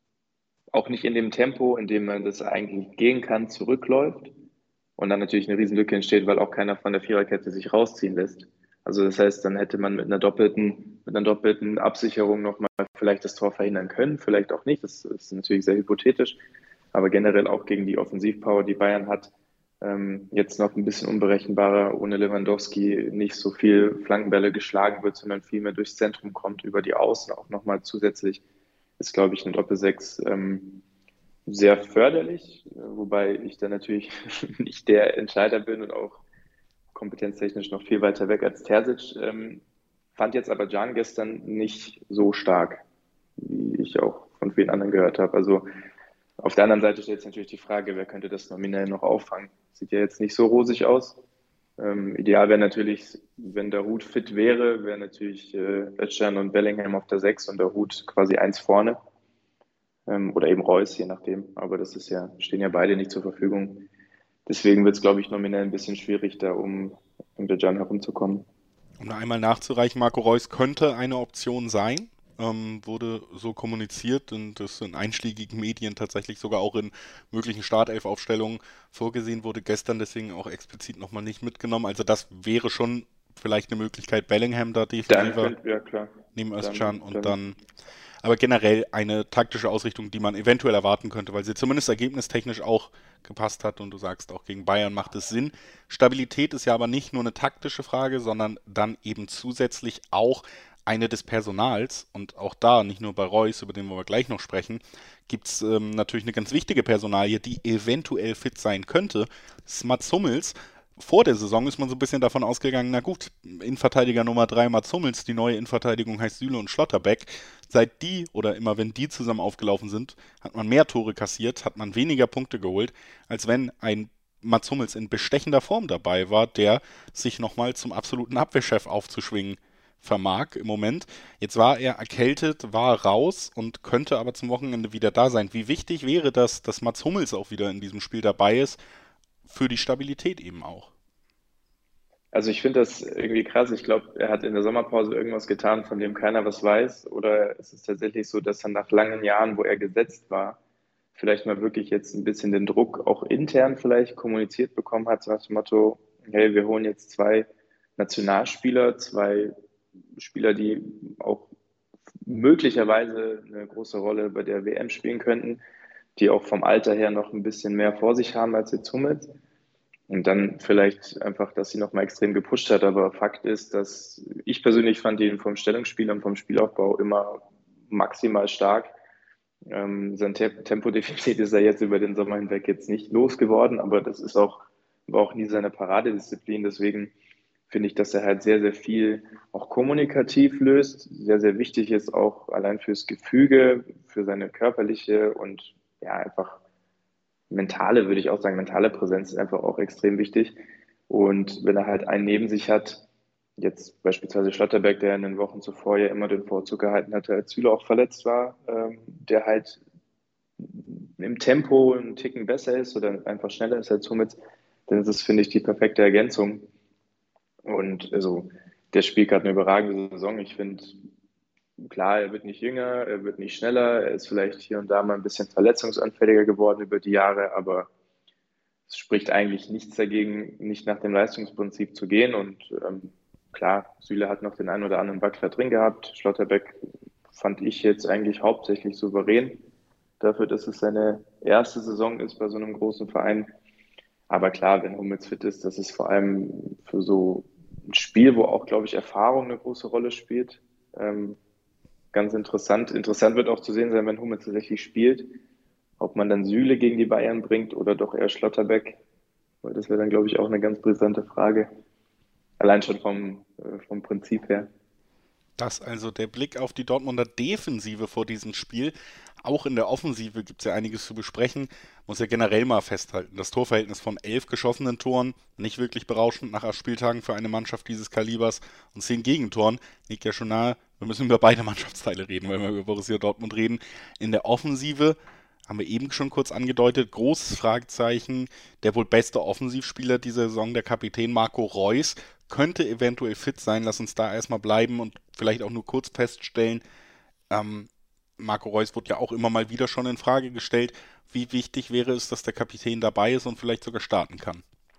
auch nicht in dem Tempo, in dem man das eigentlich gehen kann, zurückläuft und dann natürlich eine Riesenlücke entsteht, weil auch keiner von der Viererkette sich rausziehen lässt. Also das heißt, dann hätte man mit einer doppelten, mit einer doppelten Absicherung nochmal vielleicht das Tor verhindern können, vielleicht auch nicht. Das ist natürlich sehr hypothetisch, aber generell auch gegen die Offensivpower, die Bayern hat, ähm, jetzt noch ein bisschen unberechenbarer, ohne Lewandowski nicht so viel Flankenbälle geschlagen wird, sondern viel mehr durchs Zentrum kommt, über die Außen auch nochmal zusätzlich, ist, glaube ich, eine Doppel-Sechs ähm, sehr förderlich, wobei ich dann natürlich nicht der Entscheider bin und auch kompetenztechnisch noch viel weiter weg als Terzic. Ähm, fand jetzt aber Can gestern nicht so stark, wie ich auch von vielen anderen gehört habe. Also auf der anderen Seite steht jetzt natürlich die Frage, wer könnte das nominell noch auffangen? Sieht ja jetzt nicht so rosig aus. Ähm, ideal wäre natürlich, wenn der Hut fit wäre, wäre natürlich äh, Özcan und Bellingham auf der Sechs und der Hut quasi eins vorne. Ähm, oder eben Reus, je nachdem. Aber das ist ja, stehen ja beide nicht zur Verfügung. Deswegen wird es, glaube ich, nominell ein bisschen schwierig, da um, um der Can herumzukommen. Um da einmal nachzureichen, Marco Reus könnte eine Option sein, ähm, wurde so kommuniziert und das in einschlägigen Medien tatsächlich sogar auch in möglichen Startelf-Aufstellungen vorgesehen wurde, gestern deswegen auch explizit nochmal nicht mitgenommen. Also das wäre schon vielleicht eine Möglichkeit, Bellingham da defensiver ja, klar. neben Özcan und dann, dann aber generell eine taktische Ausrichtung, die man eventuell erwarten könnte, weil sie zumindest ergebnistechnisch auch gepasst hat und du sagst, auch gegen Bayern macht es Sinn. Stabilität ist ja aber nicht nur eine taktische Frage, sondern dann eben zusätzlich auch eine des Personals und auch da, nicht nur bei Reus, über den wir gleich noch sprechen, gibt es ähm, natürlich eine ganz wichtige Personalie, die eventuell fit sein könnte. Das ist Mats Hummels. Vor der Saison ist man so ein bisschen davon ausgegangen, na gut, Innenverteidiger Nummer drei Mats Hummels, die neue Innenverteidigung heißt Süle und Schlotterbeck. Seit die oder immer wenn die zusammen aufgelaufen sind, hat man mehr Tore kassiert, hat man weniger Punkte geholt, als wenn ein Mats Hummels in bestechender Form dabei war, der sich nochmal zum absoluten Abwehrchef aufzuschwingen vermag im Moment. Jetzt war er erkältet, war raus und könnte aber zum Wochenende wieder da sein. Wie wichtig wäre das, dass Mats Hummels auch wieder in diesem Spiel dabei ist, für die Stabilität eben auch? Also ich finde das irgendwie krass. Ich glaube, er hat in der Sommerpause irgendwas getan, von dem keiner was weiß. Oder ist es tatsächlich so, dass er nach langen Jahren, wo er gesetzt war, vielleicht mal wirklich jetzt ein bisschen den Druck auch intern vielleicht kommuniziert bekommen hat, so nach dem Motto, hey, wir holen jetzt zwei Nationalspieler, zwei Spieler, die auch möglicherweise eine große Rolle bei der W M spielen könnten, die auch vom Alter her noch ein bisschen mehr vor sich haben als jetzt Hummels. Und dann vielleicht einfach, dass sie nochmal extrem gepusht hat. Aber Fakt ist, dass ich persönlich fand ihn vom Stellungsspiel und vom Spielaufbau immer maximal stark. Ähm, sein Te- Tempodefizit ist er jetzt über den Sommer hinweg jetzt nicht losgeworden, aber das ist auch, war auch nie seine Paradedisziplin. Deswegen finde ich, dass er halt sehr, sehr viel auch kommunikativ löst. Sehr, sehr wichtig ist auch allein fürs Gefüge, für seine körperliche und ja, einfach mentale, würde ich auch sagen, mentale Präsenz ist einfach auch extrem wichtig. Und wenn er halt einen neben sich hat, jetzt beispielsweise Schlotterbeck, der in den Wochen zuvor ja immer den Vorzug gehalten hatte, als Süle auch verletzt war, ähm, der halt im Tempo einen Ticken besser ist oder einfach schneller ist als Hummels, dann ist es, finde ich, die perfekte Ergänzung. Und also, der spielt gerade eine überragende Saison. Ich finde, klar, er wird nicht jünger, er wird nicht schneller, er ist vielleicht hier und da mal ein bisschen verletzungsanfälliger geworden über die Jahre, aber es spricht eigentlich nichts dagegen, nicht nach dem Leistungsprinzip zu gehen. Und ähm, klar, Süle hat noch den einen oder anderen Wackler drin gehabt. Schlotterbeck fand ich jetzt eigentlich hauptsächlich souverän, dafür, dass es seine erste Saison ist bei so einem großen Verein. Aber klar, wenn Hummels fit ist, das ist vor allem für so ein Spiel, wo auch, glaube ich, Erfahrung eine große Rolle spielt. Ähm, ganz interessant. Interessant wird auch zu sehen sein, wenn Hummels tatsächlich spielt, ob man dann Süle gegen die Bayern bringt oder doch eher Schlotterbeck. Weil das wäre dann, glaube ich, auch eine ganz brisante Frage. Allein schon vom, äh, vom Prinzip her. Das also der Blick auf die Dortmunder Defensive vor diesem Spiel. Auch in der Offensive gibt es ja einiges zu besprechen. Muss ja generell mal festhalten. Das Torverhältnis von elf geschossenen Toren, nicht wirklich berauschend nach acht Spieltagen für eine Mannschaft dieses Kalibers, und zehn Gegentoren, liegt ja schon nahe. Wir müssen über beide Mannschaftsteile reden, wenn wir über Borussia Dortmund reden. In der Offensive haben wir eben schon kurz angedeutet, großes Fragezeichen. Der wohl beste Offensivspieler dieser Saison, der Kapitän Marco Reus, könnte eventuell fit sein. Lass uns da erstmal bleiben und vielleicht auch nur kurz feststellen, ähm, Marco Reus wurde ja auch immer mal wieder schon in Frage gestellt. Wie wichtig wäre es, dass der Kapitän dabei ist und vielleicht sogar starten kann?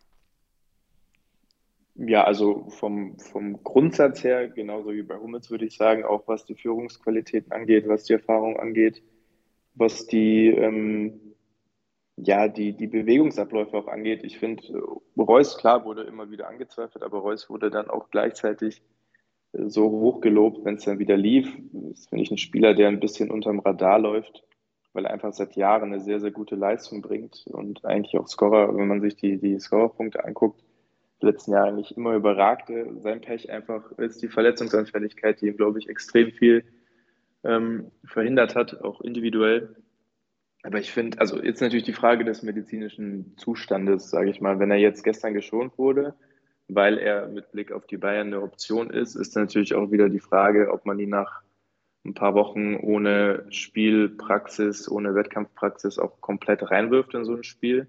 Ja, also vom, vom Grundsatz her, genauso wie bei Hummels, würde ich sagen, auch was die Führungsqualitäten angeht, was die Erfahrung angeht, was die, ähm, ja, die, die Bewegungsabläufe auch angeht. Ich finde, äh, Reus, klar, wurde immer wieder angezweifelt, aber Reus wurde dann auch gleichzeitig äh, so hoch gelobt, wenn es dann wieder lief. Das finde ich ein Spieler, der ein bisschen unterm Radar läuft, weil er einfach seit Jahren eine sehr, sehr gute Leistung bringt und eigentlich auch Scorer, wenn man sich die, die Scorerpunkte anguckt, die letzten Jahre eigentlich immer überragte. Sein Pech einfach ist die Verletzungsanfälligkeit, die ihm, glaube ich, extrem viel ähm, verhindert hat, auch individuell. Aber ich finde, also jetzt natürlich die Frage des medizinischen Zustandes, sage ich mal. Wenn er jetzt gestern geschont wurde, weil er mit Blick auf die Bayern eine Option ist, ist natürlich auch wieder die Frage, ob man ihn nach ein paar Wochen ohne Spielpraxis, ohne Wettkampfpraxis auch komplett reinwirft in so ein Spiel.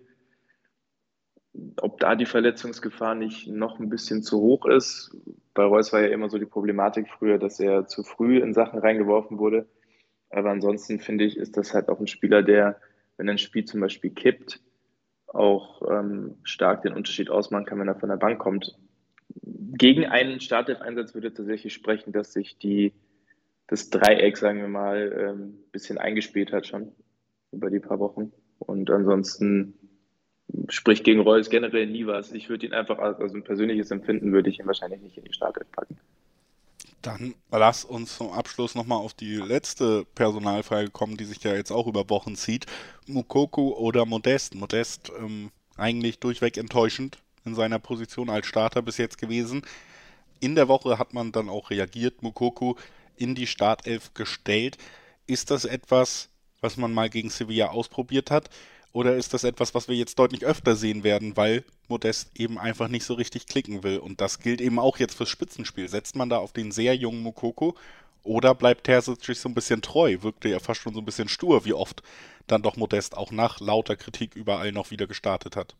Ob da die Verletzungsgefahr nicht noch ein bisschen zu hoch ist. Bei Reus war ja immer so die Problematik früher, dass er zu früh in Sachen reingeworfen wurde. Aber ansonsten finde ich, ist das halt auch ein Spieler, der, wenn ein Spiel zum Beispiel kippt, auch ähm, stark den Unterschied ausmachen kann, wenn er von der Bank kommt. Gegen einen Startelf-Einsatz würde tatsächlich sprechen, dass sich die, das Dreieck, sagen wir mal, ein ähm, bisschen eingespielt hat schon über die paar Wochen. Und ansonsten spricht gegen Reus generell nie was. Ich würde ihn einfach, also ein persönliches Empfinden, würde ich ihn wahrscheinlich nicht in die Startelf packen. Dann lass uns zum Abschluss nochmal auf die letzte Personalfrage kommen, die sich ja jetzt auch über Wochen zieht. Moukoko oder Modest? Modest ähm, eigentlich durchweg enttäuschend in seiner Position als Starter bis jetzt gewesen. In der Woche hat man dann auch reagiert, Moukoko in die Startelf gestellt. Ist das etwas, was man mal gegen Sevilla ausprobiert hat? Oder ist das etwas, was wir jetzt deutlich öfter sehen werden, weil Modest eben einfach nicht so richtig klicken will? Und das gilt eben auch jetzt fürs Spitzenspiel. Setzt man da auf den sehr jungen Moukoko oder bleibt Terzic sich so ein bisschen treu? Wirkte ja fast schon so ein bisschen stur, wie oft dann doch Modest auch nach lauter Kritik überall noch wieder gestartet hat.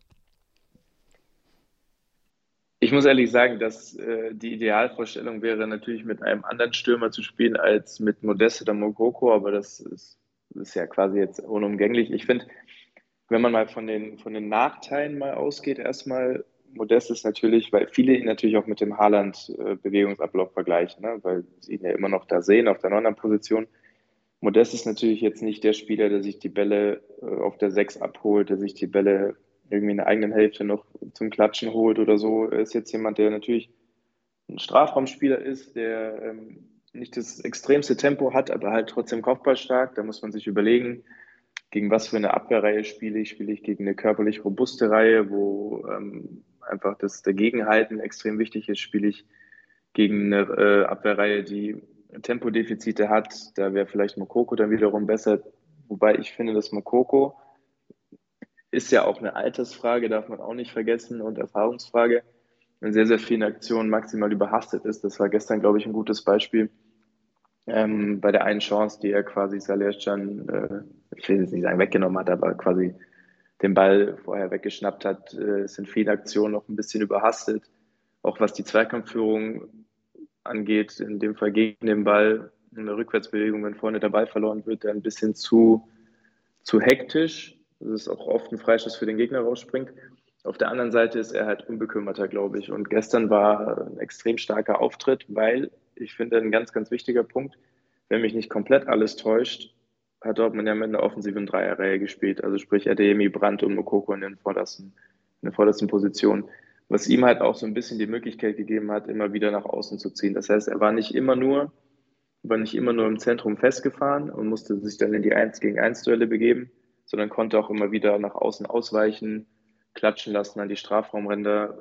Ich muss ehrlich sagen, dass äh, die Idealvorstellung wäre, natürlich mit einem anderen Stürmer zu spielen als mit Modest oder Moukoko, aber das ist, ist ja quasi jetzt unumgänglich. Ich finde, wenn man mal von den, von den Nachteilen mal ausgeht, erstmal, Modest ist natürlich, weil viele ihn natürlich auch mit dem Haaland-Bewegungsablauf vergleichen, ne? Weil sie ihn ja immer noch da sehen, auf der neunten Position. Modest ist natürlich jetzt nicht der Spieler, der sich die Bälle äh, auf der sechs abholt, der sich die Bälle irgendwie in der eigenen Hälfte noch zum Klatschen holt oder so. Er ist jetzt jemand, der natürlich ein Strafraumspieler ist, der ähm, nicht das extremste Tempo hat, aber halt trotzdem kopfballstark. Da muss man sich überlegen, gegen was für eine Abwehrreihe spiele ich. Spiele ich gegen eine körperlich robuste Reihe, wo ähm, einfach das Dagegenhalten extrem wichtig ist. Spiele ich gegen eine äh, Abwehrreihe, die Tempodefizite hat. Da wäre vielleicht Moukoko dann wiederum besser. Wobei ich finde, dass Moukoko ist ja auch eine Altersfrage, darf man auch nicht vergessen, und Erfahrungsfrage, in sehr, sehr vielen Aktionen maximal überhastet ist. Das war gestern, glaube ich, ein gutes Beispiel. Ähm, bei der einen Chance, die er quasi Salihcan, äh, ich will jetzt nicht sagen weggenommen hat, aber quasi den Ball vorher weggeschnappt hat, äh, sind viele Aktionen noch ein bisschen überhastet. Auch was die Zweikampfführung angeht, in dem Fall gegen den Ball, eine Rückwärtsbewegung, wenn vorne der Ball verloren wird, der ein bisschen zu, zu hektisch. Das ist auch oft ein Freistoß für den Gegner rausspringt. Auf der anderen Seite ist er halt unbekümmerter, glaube ich. Und gestern war ein extrem starker Auftritt, weil ich finde, ein ganz, ganz wichtiger Punkt, wenn mich nicht komplett alles täuscht, hat Dortmund ja mit einer offensiven Dreierreihe gespielt. Also sprich Adeyemi, Brandt und Moukoko in den vordersten in der vordersten Position, was ihm halt auch so ein bisschen die Möglichkeit gegeben hat, immer wieder nach außen zu ziehen. Das heißt, er war nicht immer nur, war nicht immer nur im Zentrum festgefahren und musste sich dann in die eins gegen eins Duelle begeben, sondern konnte auch immer wieder nach außen ausweichen, klatschen lassen an die Strafraumränder,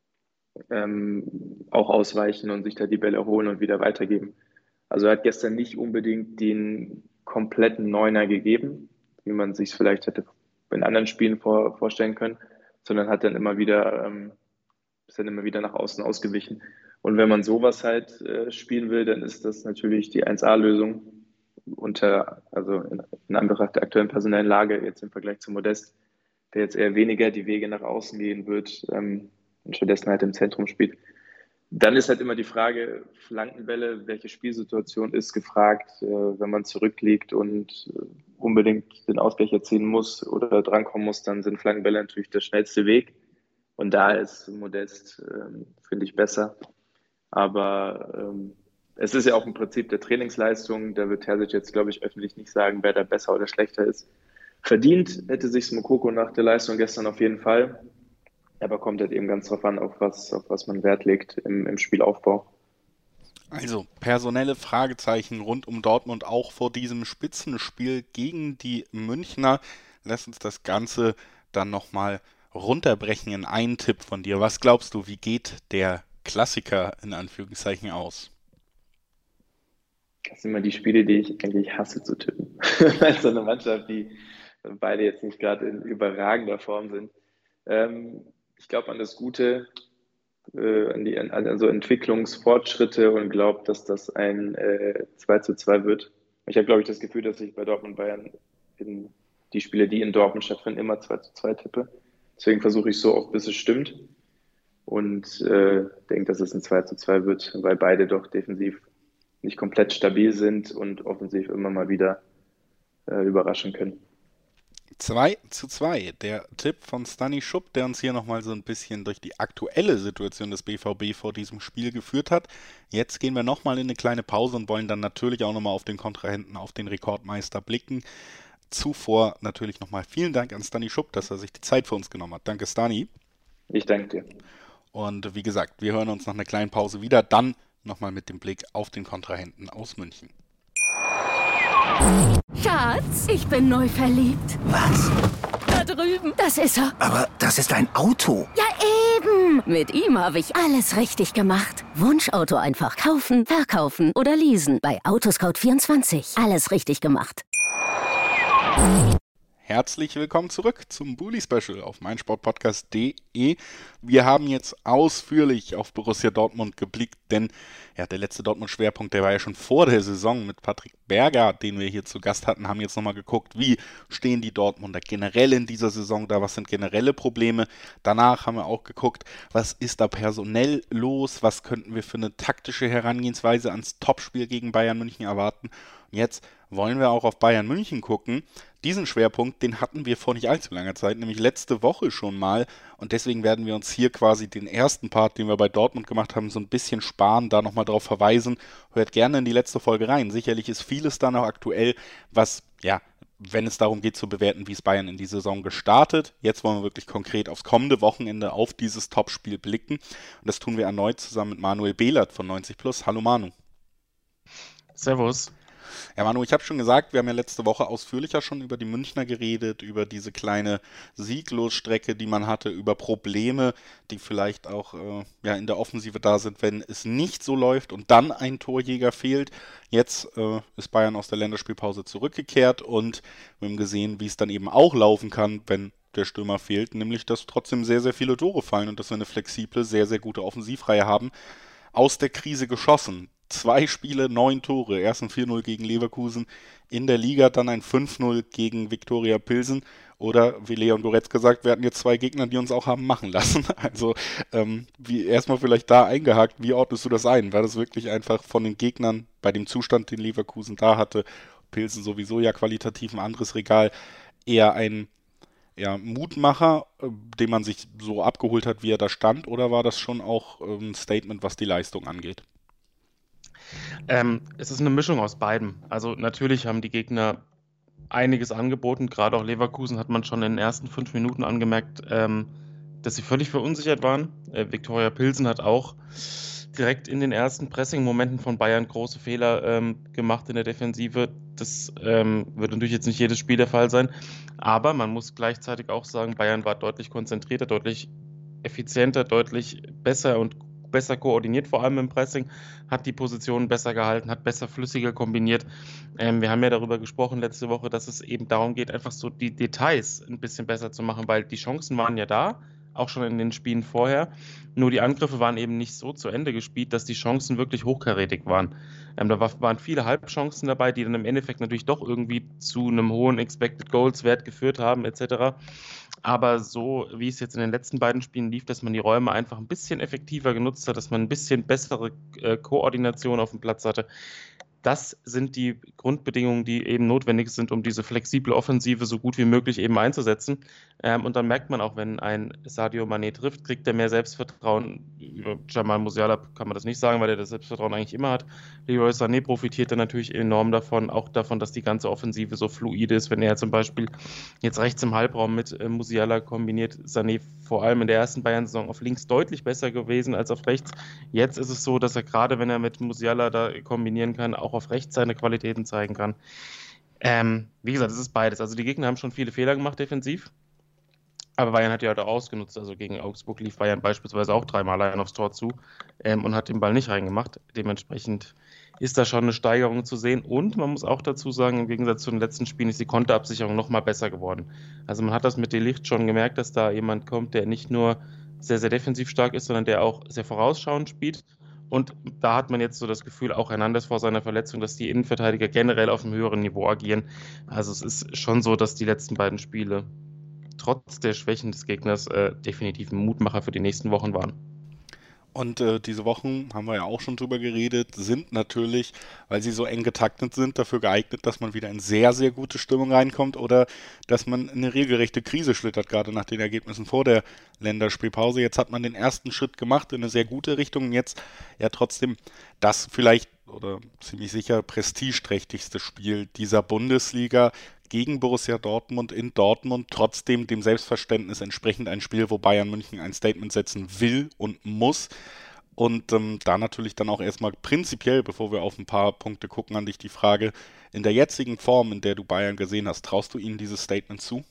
ähm, auch ausweichen und sich da die Bälle holen und wieder weitergeben. Also er hat gestern nicht unbedingt den kompletten Neuner gegeben, wie man sich vielleicht hätte in anderen Spielen vor, vorstellen können, sondern hat dann immer wieder, ähm, ist dann immer wieder nach außen ausgewichen. Und wenn man sowas halt äh, spielen will, dann ist das natürlich die eins A-Lösung unter, also in, in Anbetracht der aktuellen personellen Lage, jetzt im Vergleich zu Modest, der jetzt eher weniger die Wege nach außen gehen wird ähm, und stattdessen halt im Zentrum spielt. Dann ist halt immer die Frage, Flankenbälle, welche Spielsituation ist gefragt, äh, wenn man zurückliegt und äh, unbedingt den Ausgleich erzielen muss oder drankommen muss, dann sind Flankenbälle natürlich der schnellste Weg. Und da ist Modest, ähm, finde ich, besser. Aber ähm, es ist ja auch im Prinzip der Trainingsleistung. Da wird Terzic jetzt, glaube ich, öffentlich nicht sagen, wer da besser oder schlechter ist. Verdient hätte sich Moukoko nach der Leistung gestern auf jeden Fall. Aber kommt halt eben ganz drauf an, auf was, auf was man Wert legt im, im Spielaufbau. Also personelle Fragezeichen rund um Dortmund auch vor diesem Spitzenspiel gegen die Münchner. Lass uns das Ganze dann nochmal runterbrechen in einen Tipp von dir. Was glaubst du, wie geht der Klassiker in Anführungszeichen aus? Das sind immer die Spiele, die ich eigentlich hasse zu tippen. Als so eine Mannschaft, die beide jetzt nicht gerade in überragender Form sind. Ähm, ich glaube an das Gute, äh, an, die, an, an so Entwicklungsfortschritte und glaube, dass das ein äh, zwei zu zwei wird. Ich habe, glaube ich, das Gefühl, dass ich bei Dortmund Bayern in die Spiele, die in Dortmund stattfinden, immer zwei zu zwei tippe. Deswegen versuche ich so oft, bis es stimmt. Und äh, denke, dass es ein zwei zu zwei wird, weil beide doch defensiv nicht komplett stabil sind und offensiv immer mal wieder äh, überraschen können. zwei zu zwei, der Tipp von Stani Schupp, der uns hier nochmal so ein bisschen durch die aktuelle Situation des B V B vor diesem Spiel geführt hat. Jetzt gehen wir nochmal in eine kleine Pause und wollen dann natürlich auch nochmal auf den Kontrahenten, auf den Rekordmeister blicken. Zuvor natürlich nochmal vielen Dank an Stani Schupp, dass er sich die Zeit für uns genommen hat. Danke, Stani. Ich danke dir. Und wie gesagt, wir hören uns nach einer kleinen Pause wieder, dann nochmal mit dem Blick auf den Kontrahenten aus München. Schatz, ich bin neu verliebt. Was? Da drüben. Das ist er. Aber das ist ein Auto. Ja, eben. Mit ihm habe ich alles richtig gemacht. Wunschauto einfach kaufen, verkaufen oder leasen. Bei Autoscout vierundzwanzig. Alles richtig gemacht. Herzlich willkommen zurück zum Bully-Special auf meinsportpodcast punkt de. Wir haben jetzt ausführlich auf Borussia Dortmund geblickt, denn ja, der letzte Dortmund-Schwerpunkt, der war ja schon vor der Saison mit Patrick Berger, den wir hier zu Gast hatten, haben jetzt nochmal geguckt, wie stehen die Dortmunder generell in dieser Saison da, was sind generelle Probleme. Danach haben wir auch geguckt, was ist da personell los, was könnten wir für eine taktische Herangehensweise ans Topspiel gegen Bayern München erwarten. Und jetzt wollen wir auch auf Bayern München gucken. Diesen Schwerpunkt, den hatten wir vor nicht allzu langer Zeit, nämlich letzte Woche schon mal. Und deswegen werden wir uns hier quasi den ersten Part, den wir bei Dortmund gemacht haben, so ein bisschen sparen, da nochmal drauf verweisen. Hört gerne in die letzte Folge rein. Sicherlich ist vieles da noch aktuell, was, ja, wenn es darum geht zu bewerten, wie es Bayern in die Saison gestartet. Jetzt wollen wir wirklich konkret aufs kommende Wochenende auf dieses Topspiel blicken. Und das tun wir erneut zusammen mit Manuel Behlert von neunzig plus. Hallo Manu. Servus. Ja, Manu, ich habe schon gesagt, wir haben ja letzte Woche ausführlicher schon über die Münchner geredet, über diese kleine Sieglosstrecke, die man hatte, über Probleme, die vielleicht auch äh, ja, in der Offensive da sind, wenn es nicht so läuft und dann ein Torjäger fehlt. Jetzt äh, ist Bayern aus der Länderspielpause zurückgekehrt und wir haben gesehen, wie es dann eben auch laufen kann, wenn der Stürmer fehlt, nämlich dass trotzdem sehr, sehr viele Tore fallen und dass wir eine flexible, sehr, sehr gute Offensivreihe haben. Aus der Krise geschossen. Zwei Spiele, neun Tore. Erst ein vier null gegen Leverkusen in der Liga, dann ein fünf null gegen Viktoria Pilsen. Oder wie Leon Goretzka sagt, wir hatten jetzt zwei Gegner, die uns auch haben machen lassen. Also ähm, wie erstmal vielleicht da eingehakt, wie ordnest du das ein? War das wirklich einfach von den Gegnern bei dem Zustand, den Leverkusen da hatte, Pilsen sowieso ja qualitativ ein anderes Regal, eher ein ja, Mutmacher, äh, den man sich so abgeholt hat, wie er da stand? Oder war das schon auch äh, ein Statement, was die Leistung angeht? Ähm, es ist eine Mischung aus beidem. Also natürlich haben die Gegner einiges angeboten. Gerade auch Leverkusen hat man schon in den ersten fünf Minuten angemerkt, ähm, dass sie völlig verunsichert waren. Äh, Viktoria Pilsen hat auch direkt in den ersten Pressing-Momenten von Bayern große Fehler ähm, gemacht in der Defensive. Das ähm, wird natürlich jetzt nicht jedes Spiel der Fall sein, aber man muss gleichzeitig auch sagen, Bayern war deutlich konzentrierter, deutlich effizienter, deutlich besser und besser koordiniert, vor allem im Pressing, hat die Positionen besser gehalten, hat besser flüssiger kombiniert. Ähm, wir haben ja darüber gesprochen letzte Woche, dass es eben darum geht, einfach so die Details ein bisschen besser zu machen, weil die Chancen waren ja da, auch schon in den Spielen vorher. Nur die Angriffe waren eben nicht so zu Ende gespielt, dass die Chancen wirklich hochkarätig waren. Ähm, da war, waren viele Halbchancen dabei, die dann im Endeffekt natürlich doch irgendwie zu einem hohen Expected Goals Wert geführt haben, et cetera. Aber so, wie es jetzt in den letzten beiden Spielen lief, dass man die Räume einfach ein bisschen effektiver genutzt hat, dass man ein bisschen bessere äh, Koordination auf dem Platz hatte. Das sind die Grundbedingungen, die eben notwendig sind, um diese flexible Offensive so gut wie möglich eben einzusetzen. Ähm, und dann merkt man auch, wenn ein Sadio Mané trifft, kriegt er mehr Selbstvertrauen. Über Jamal Musiala kann man das nicht sagen, weil er das Selbstvertrauen eigentlich immer hat. Leroy Sané profitiert dann natürlich enorm davon, auch davon, dass die ganze Offensive so fluide ist. Wenn er zum Beispiel jetzt rechts im Halbraum mit äh, Musiala kombiniert, Sané vor allem in der ersten Bayern-Saison auf links deutlich besser gewesen als auf rechts. Jetzt ist es so, dass er gerade, wenn er mit Musiala da kombinieren kann, auch auf rechts seine Qualitäten zeigen kann. Ähm, wie gesagt, es ist beides. Also die Gegner haben schon viele Fehler gemacht defensiv, aber Bayern hat ja auch ausgenutzt. Also gegen Augsburg lief Bayern beispielsweise auch dreimal allein aufs Tor zu ähm, und hat den Ball nicht reingemacht. Dementsprechend ist da schon eine Steigerung zu sehen. Und man muss auch dazu sagen, im Gegensatz zu den letzten Spielen ist die Konterabsicherung noch mal besser geworden. Also man hat das mit De Ligt schon gemerkt, dass da jemand kommt, der nicht nur sehr, sehr defensiv stark ist, sondern der auch sehr vorausschauend spielt. Und da hat man jetzt so das Gefühl, auch Hernandez vor seiner Verletzung, dass die Innenverteidiger generell auf einem höheren Niveau agieren. Also es ist schon so, dass die letzten beiden Spiele trotz der Schwächen des Gegners äh, definitiv ein Mutmacher für die nächsten Wochen waren. Und äh, diese Wochen, haben wir ja auch schon drüber geredet, sind natürlich, weil sie so eng getaktet sind, dafür geeignet, dass man wieder in sehr, sehr gute Stimmung reinkommt oder dass man in eine regelrechte Krise schlittert, gerade nach den Ergebnissen vor der Länderspielpause. Jetzt hat man den ersten Schritt gemacht in eine sehr gute Richtung und jetzt ja trotzdem das vielleicht oder ziemlich sicher prestigeträchtigste Spiel dieser Bundesliga gegen Borussia Dortmund in Dortmund, trotzdem dem Selbstverständnis entsprechend ein Spiel, wo Bayern München ein Statement setzen will und muss. Und ähm, da natürlich dann auch erstmal prinzipiell, bevor wir auf ein paar Punkte gucken, an dich die Frage, in der jetzigen Form, in der du Bayern gesehen hast, traust du ihnen dieses Statement zu?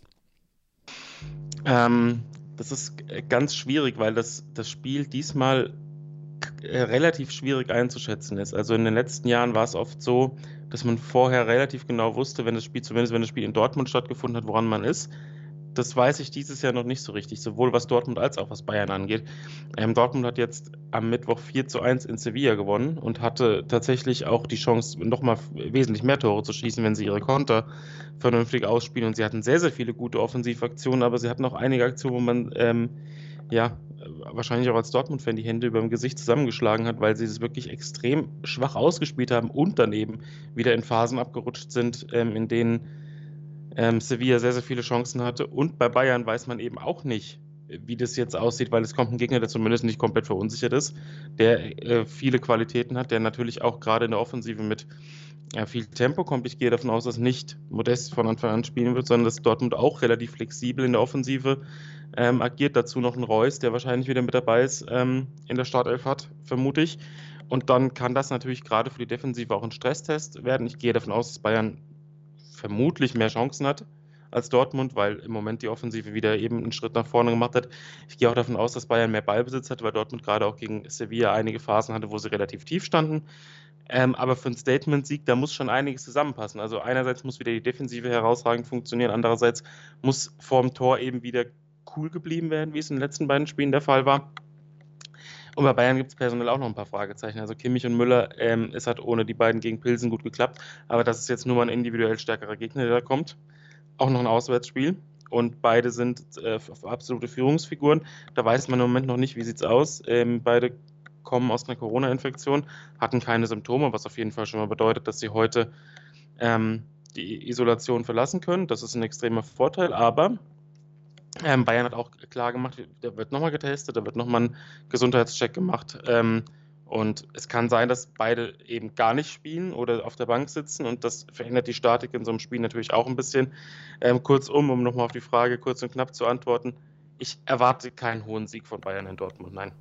Ähm, das ist ganz schwierig, weil das, das Spiel diesmal äh, relativ schwierig einzuschätzen ist. Also in den letzten Jahren war es oft so, dass man vorher relativ genau wusste, wenn das Spiel, zumindest wenn das Spiel in Dortmund stattgefunden hat, woran man ist. Das weiß ich dieses Jahr noch nicht so richtig, sowohl was Dortmund als auch was Bayern angeht. Ähm, Dortmund hat jetzt am Mittwoch vier zu eins in Sevilla gewonnen und hatte tatsächlich auch die Chance, nochmal wesentlich mehr Tore zu schießen, wenn sie ihre Konter vernünftig ausspielen. Und sie hatten sehr, sehr viele gute Offensivaktionen, aber sie hatten auch einige Aktionen, wo man ähm, ja, wahrscheinlich auch als Dortmund-Fan die Hände über dem Gesicht zusammengeschlagen hat, weil sie es wirklich extrem schwach ausgespielt haben und dann eben wieder in Phasen abgerutscht sind, ähm, in denen ähm, Sevilla sehr, sehr viele Chancen hatte. Und bei Bayern weiß man eben auch nicht, wie das jetzt aussieht, weil es kommt ein Gegner, der zumindest nicht komplett verunsichert ist, der äh, viele Qualitäten hat, der natürlich auch gerade in der Offensive mit ja, viel Tempo kommt. Ich gehe davon aus, dass nicht Modest von Anfang an spielen wird, sondern dass Dortmund auch relativ flexibel in der Offensive ähm, agiert. Dazu noch ein Reus, der wahrscheinlich wieder mit dabei ist, ähm, in der Startelf hat, vermute ich. Und dann kann das natürlich gerade für die Defensive auch ein Stresstest werden. Ich gehe davon aus, dass Bayern vermutlich mehr Chancen hat als Dortmund, weil im Moment die Offensive wieder eben einen Schritt nach vorne gemacht hat. Ich gehe auch davon aus, dass Bayern mehr Ballbesitz hat, weil Dortmund gerade auch gegen Sevilla einige Phasen hatte, wo sie relativ tief standen. Ähm, aber für einen Statement-Sieg, da muss schon einiges zusammenpassen. Also einerseits muss wieder die Defensive herausragend funktionieren, andererseits muss vorm Tor eben wieder cool geblieben werden, wie es in den letzten beiden Spielen der Fall war. Und bei Bayern gibt es personell auch noch ein paar Fragezeichen. Also Kimmich und Müller, ähm, es hat ohne die beiden gegen Pilsen gut geklappt, aber das ist jetzt nur mal ein individuell stärkerer Gegner, der da kommt. Auch noch ein Auswärtsspiel und beide sind äh, absolute Führungsfiguren. Da weiß man im Moment noch nicht, wie sieht es aus. Ähm, beide kommen aus einer Corona-Infektion, hatten keine Symptome, was auf jeden Fall schon mal bedeutet, dass sie heute ähm, die Isolation verlassen können. Das ist ein extremer Vorteil, aber ähm, Bayern hat auch klar gemacht, da wird nochmal getestet, da wird nochmal ein Gesundheitscheck gemacht. Ähm, und es kann sein, dass beide eben gar nicht spielen oder auf der Bank sitzen und das verändert die Statik in so einem Spiel natürlich auch ein bisschen. Ähm, kurzum, um nochmal auf die Frage kurz und knapp zu antworten, ich erwarte keinen hohen Sieg von Bayern in Dortmund, nein.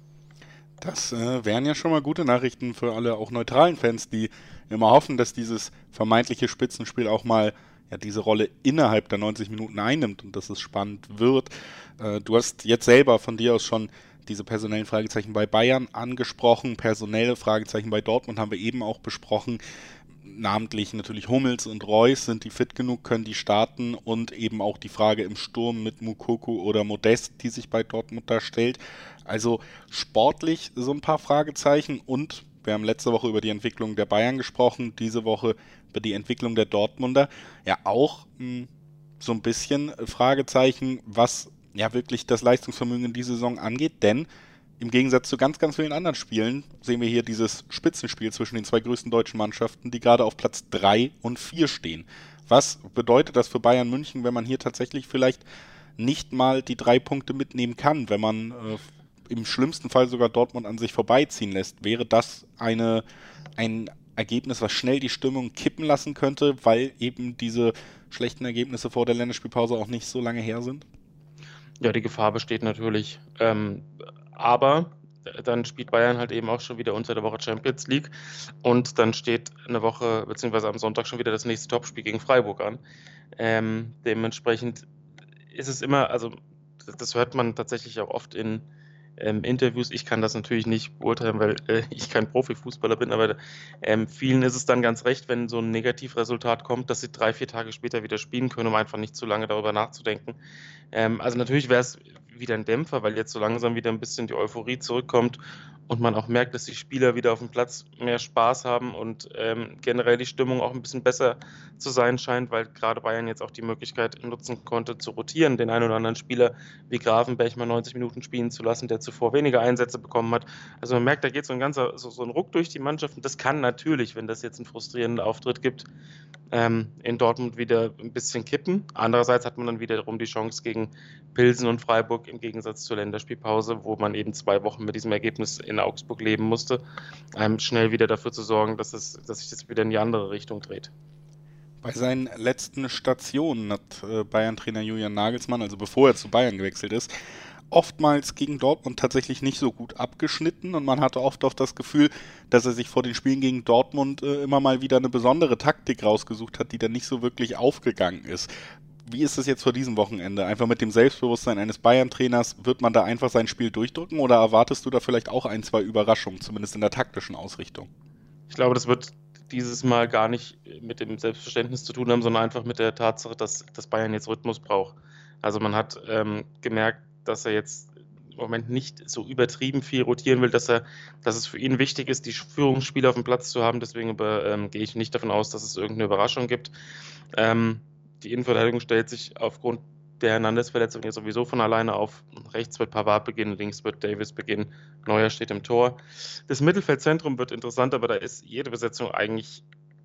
Das äh, wären ja schon mal gute Nachrichten für alle auch neutralen Fans, die immer hoffen, dass dieses vermeintliche Spitzenspiel auch mal ja, diese Rolle innerhalb der neunzig Minuten einnimmt und dass es spannend wird. Äh, du hast jetzt selber von dir aus schon diese personellen Fragezeichen bei Bayern angesprochen, personelle Fragezeichen bei Dortmund haben wir eben auch besprochen. Namentlich natürlich Hummels und Reus, sind die fit genug, können die starten und eben auch die Frage im Sturm mit Moukoko oder Modest, die sich bei Dortmund da stellt. Also sportlich so ein paar Fragezeichen und wir haben letzte Woche über die Entwicklung der Bayern gesprochen, diese Woche über die Entwicklung der Dortmunder. Ja auch mh, so ein bisschen Fragezeichen, was ja wirklich das Leistungsvermögen in dieser Saison angeht, denn im Gegensatz zu ganz, ganz vielen anderen Spielen sehen wir hier dieses Spitzenspiel zwischen den zwei größten deutschen Mannschaften, die gerade auf Platz drei und vier stehen. Was bedeutet das für Bayern München, wenn man hier tatsächlich vielleicht nicht mal die drei Punkte mitnehmen kann, wenn man äh, im schlimmsten Fall sogar Dortmund an sich vorbeiziehen lässt? Wäre das eine, ein Ergebnis, was schnell die Stimmung kippen lassen könnte, weil eben diese schlechten Ergebnisse vor der Länderspielpause auch nicht so lange her sind? Ja, die Gefahr besteht natürlich. Ähm, aber dann spielt Bayern halt eben auch schon wieder unter der Woche Champions League und dann steht eine Woche, beziehungsweise am Sonntag schon wieder das nächste Topspiel gegen Freiburg an. Ähm, dementsprechend ist es immer, also das hört man tatsächlich auch oft in ähm, Interviews. Ich kann das natürlich nicht beurteilen, weil äh, ich kein Profifußballer bin, aber ähm, vielen ist es dann ganz recht, wenn so ein Negativresultat kommt, dass sie drei, vier Tage später wieder spielen können, um einfach nicht zu lange darüber nachzudenken. Ähm, also natürlich wäre es wieder ein Dämpfer, weil jetzt so langsam wieder ein bisschen die Euphorie zurückkommt und man auch merkt, dass die Spieler wieder auf dem Platz mehr Spaß haben und ähm, generell die Stimmung auch ein bisschen besser zu sein scheint, weil gerade Bayern jetzt auch die Möglichkeit nutzen konnte, zu rotieren, den einen oder anderen Spieler wie Grafenberg mal neunzig Minuten spielen zu lassen, der zuvor weniger Einsätze bekommen hat. Also man merkt, da geht so ein ganzer, so, so ein Ruck durch die Mannschaft und das kann natürlich, wenn das jetzt einen frustrierenden Auftritt gibt, ähm, in Dortmund wieder ein bisschen kippen. Andererseits hat man dann wiederum die Chance gegen Pilsen und Freiburg im Gegensatz zur Länderspielpause, wo man eben zwei Wochen mit diesem Ergebnis in Augsburg leben musste, ähm, schnell wieder dafür zu sorgen, dass, es, dass sich das wieder in die andere Richtung dreht. Bei seinen letzten Stationen hat äh, Bayern-Trainer Julian Nagelsmann, also bevor er zu Bayern gewechselt ist, oftmals gegen Dortmund tatsächlich nicht so gut abgeschnitten und man hatte oft auch das Gefühl, dass er sich vor den Spielen gegen Dortmund äh, immer mal wieder eine besondere Taktik rausgesucht hat, die dann nicht so wirklich aufgegangen ist. Wie ist es jetzt vor diesem Wochenende? Einfach mit dem Selbstbewusstsein eines Bayern-Trainers, wird man da einfach sein Spiel durchdrücken oder erwartest du da vielleicht auch ein, zwei Überraschungen, zumindest in der taktischen Ausrichtung? Ich glaube, das wird dieses Mal gar nicht mit dem Selbstverständnis zu tun haben, sondern einfach mit der Tatsache, dass, dass Bayern jetzt Rhythmus braucht. Also man hat ähm, gemerkt, dass er jetzt im Moment nicht so übertrieben viel rotieren will, dass er, dass es für ihn wichtig ist, die Führungsspieler auf dem Platz zu haben. Deswegen über, ähm, gehe ich nicht davon aus, dass es irgendeine Überraschung gibt. Ähm, die Innenverteidigung stellt sich aufgrund der Hernandez-Verletzung ja sowieso von alleine auf. Rechts wird Pavard beginnen, links wird Davis beginnen, Neuer steht im Tor. Das Mittelfeldzentrum wird interessant, aber da ist jede Besetzung eigentlich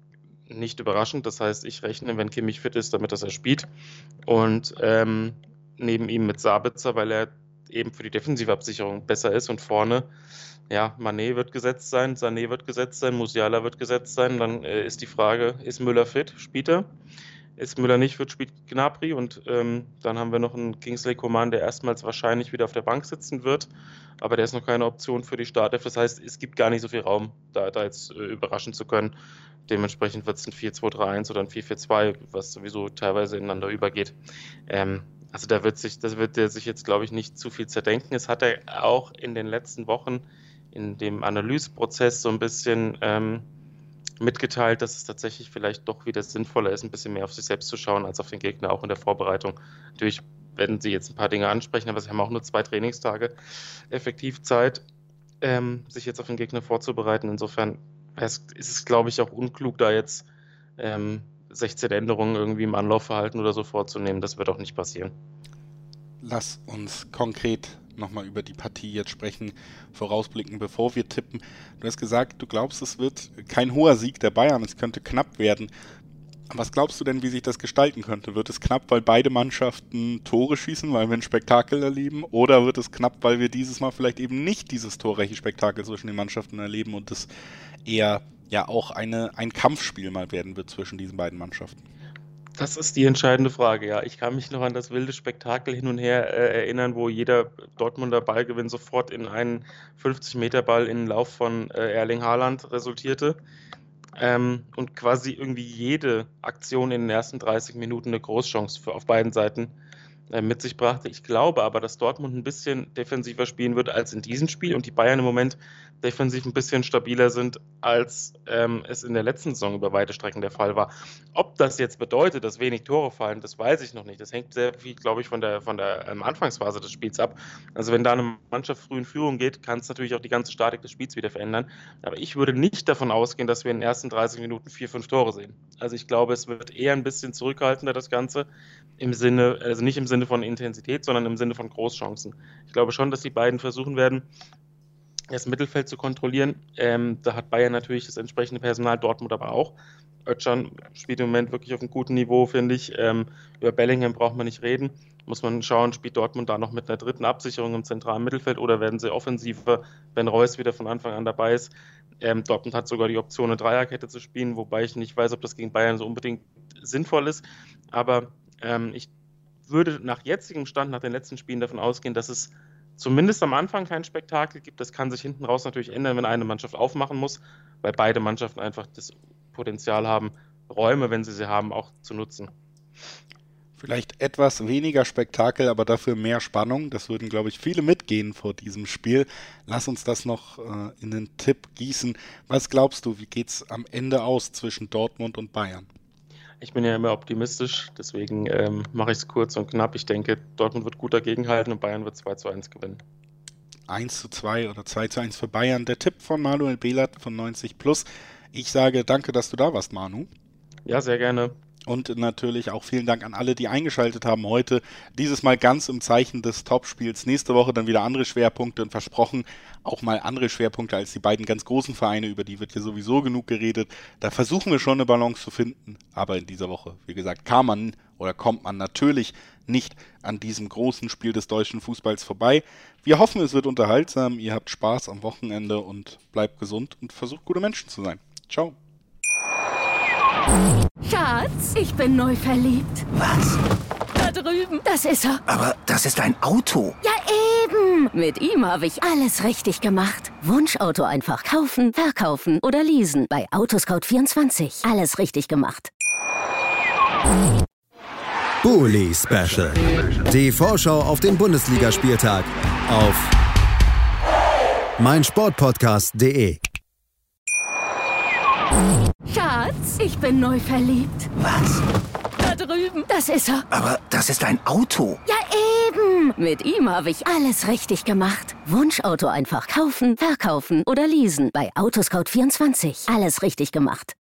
nicht überraschend. Das heißt, ich rechne, wenn Kimmich fit ist, damit dass er spielt. Und ähm, neben ihm mit Sabitzer, weil er eben für die Defensivabsicherung besser ist und vorne, ja, Mané wird gesetzt sein, Sané wird gesetzt sein, Musiala wird gesetzt sein. Dann äh, ist die Frage, ist Müller fit? Spielt er? Ist Müller nicht fit, spielt Gnabry und ähm, dann haben wir noch einen Kingsley Coman, der erstmals wahrscheinlich wieder auf der Bank sitzen wird, aber der ist noch keine Option für die Startelf. Das heißt, es gibt gar nicht so viel Raum, da, da jetzt äh, überraschen zu können. Dementsprechend wird es ein vier zwei drei eins oder ein vier vier zwei, was sowieso teilweise ineinander übergeht. Ähm, also da wird sich, das wird er sich jetzt, glaube ich, nicht zu viel zerdenken. Es hat er auch in den letzten Wochen in dem Analyseprozess so ein bisschen ähm, mitgeteilt, dass es tatsächlich vielleicht doch wieder sinnvoller ist, ein bisschen mehr auf sich selbst zu schauen, als auf den Gegner, auch in der Vorbereitung. Natürlich werden sie jetzt ein paar Dinge ansprechen, aber sie haben auch nur zwei Trainingstage effektiv Zeit, ähm, sich jetzt auf den Gegner vorzubereiten. Insofern ist es, glaube ich, auch unklug, da jetzt ähm, sechzehn Änderungen irgendwie im Anlaufverhalten oder so vorzunehmen. Das wird auch nicht passieren. Lass uns konkret nochmal über die Partie jetzt sprechen, vorausblicken, bevor wir tippen. Du hast gesagt, du glaubst, es wird kein hoher Sieg der Bayern, es könnte knapp werden. Was glaubst du denn, wie sich das gestalten könnte? Wird es knapp, weil beide Mannschaften Tore schießen, weil wir ein Spektakel erleben? Oder wird es knapp, weil wir dieses Mal vielleicht eben nicht dieses torreiche Spektakel zwischen den Mannschaften erleben und es eher ja auch eine, ein Kampfspiel mal werden wird zwischen diesen beiden Mannschaften? Das ist die entscheidende Frage, ja. Ich kann mich noch an das wilde Spektakel hin und her äh, erinnern, wo jeder Dortmunder Ballgewinn sofort in einen fünfzig-Meter-Ball in den Lauf von äh, Erling Haaland resultierte. Ähm, und quasi irgendwie jede Aktion in den ersten dreißig Minuten eine Großchance für auf beiden Seiten äh, mit sich brachte. Ich glaube aber, dass Dortmund ein bisschen defensiver spielen wird als in diesem Spiel und die Bayern im Moment defensiv ein bisschen stabiler sind, als ähm, es in der letzten Saison über weite Strecken der Fall war. Ob das jetzt bedeutet, dass wenig Tore fallen, das weiß ich noch nicht. Das hängt sehr viel, glaube ich, von der, von der ähm, Anfangsphase des Spiels ab. Also wenn da eine Mannschaft früh in Führung geht, kann es natürlich auch die ganze Statik des Spiels wieder verändern. Aber ich würde nicht davon ausgehen, dass wir in den ersten dreißig Minuten vier, fünf Tore sehen. Also ich glaube, es wird eher ein bisschen zurückhaltender, das Ganze, im Sinne, also nicht im Sinne von Intensität, sondern im Sinne von Großchancen. Ich glaube schon, dass die beiden versuchen werden, das Mittelfeld zu kontrollieren. Ähm, da hat Bayern natürlich das entsprechende Personal, Dortmund aber auch. Özcan spielt im Moment wirklich auf einem guten Niveau, finde ich. Ähm, über Bellingham braucht man nicht reden. Muss man schauen, spielt Dortmund da noch mit einer dritten Absicherung im zentralen Mittelfeld oder werden sie offensiver, wenn Reus wieder von Anfang an dabei ist. Ähm, Dortmund hat sogar die Option, eine Dreierkette zu spielen, wobei ich nicht weiß, ob das gegen Bayern so unbedingt sinnvoll ist. Aber ähm, ich würde nach jetzigem Stand, nach den letzten Spielen davon ausgehen, dass es zumindest am Anfang kein Spektakel gibt. Das kann sich hinten raus natürlich ändern, wenn eine Mannschaft aufmachen muss, weil beide Mannschaften einfach das Potenzial haben, Räume, wenn sie sie haben, auch zu nutzen. Vielleicht etwas weniger Spektakel, aber dafür mehr Spannung. Das würden, glaube ich, viele mitgehen vor diesem Spiel. Lass uns das noch äh, in einen Tipp gießen. Was glaubst du, wie geht's am Ende aus zwischen Dortmund und Bayern? Ich bin ja immer optimistisch, deswegen ähm, mache ich es kurz und knapp. Ich denke, Dortmund wird gut dagegenhalten und Bayern wird zwei zu eins gewinnen. eins zu zwei oder zwei zu eins für Bayern. Der Tipp von Manuel Behlert von neunzig plus. Ich sage danke, dass du da warst, Manu. Ja, sehr gerne. Und natürlich auch vielen Dank an alle, die eingeschaltet haben heute. Dieses Mal ganz im Zeichen des Topspiels. Nächste Woche dann wieder andere Schwerpunkte und versprochen auch mal andere Schwerpunkte als die beiden ganz großen Vereine, über die wird hier sowieso genug geredet. Da versuchen wir schon eine Balance zu finden. Aber in dieser Woche, wie gesagt, kam man oder kommt man natürlich nicht an diesem großen Spiel des deutschen Fußballs vorbei. Wir hoffen, es wird unterhaltsam. Ihr habt Spaß am Wochenende und bleibt gesund und versucht, gute Menschen zu sein. Ciao. Schatz, ich bin neu verliebt. Was? Da drüben. Das ist er. Aber das ist ein Auto. Ja, eben. Mit ihm habe ich alles richtig gemacht. Wunschauto einfach kaufen, verkaufen oder leasen. Bei Autoscout vierundzwanzig. Alles richtig gemacht. Bully Special. Die Vorschau auf den Bundesligaspieltag auf meinsportpodcast punkt de. Schatz, ich bin neu verliebt. Was? Da drüben. Das ist er. Aber das ist ein Auto. Ja, eben. Mit ihm habe ich alles richtig gemacht. Wunschauto einfach kaufen, verkaufen oder leasen. Bei Autoscout vierundzwanzig. Alles richtig gemacht.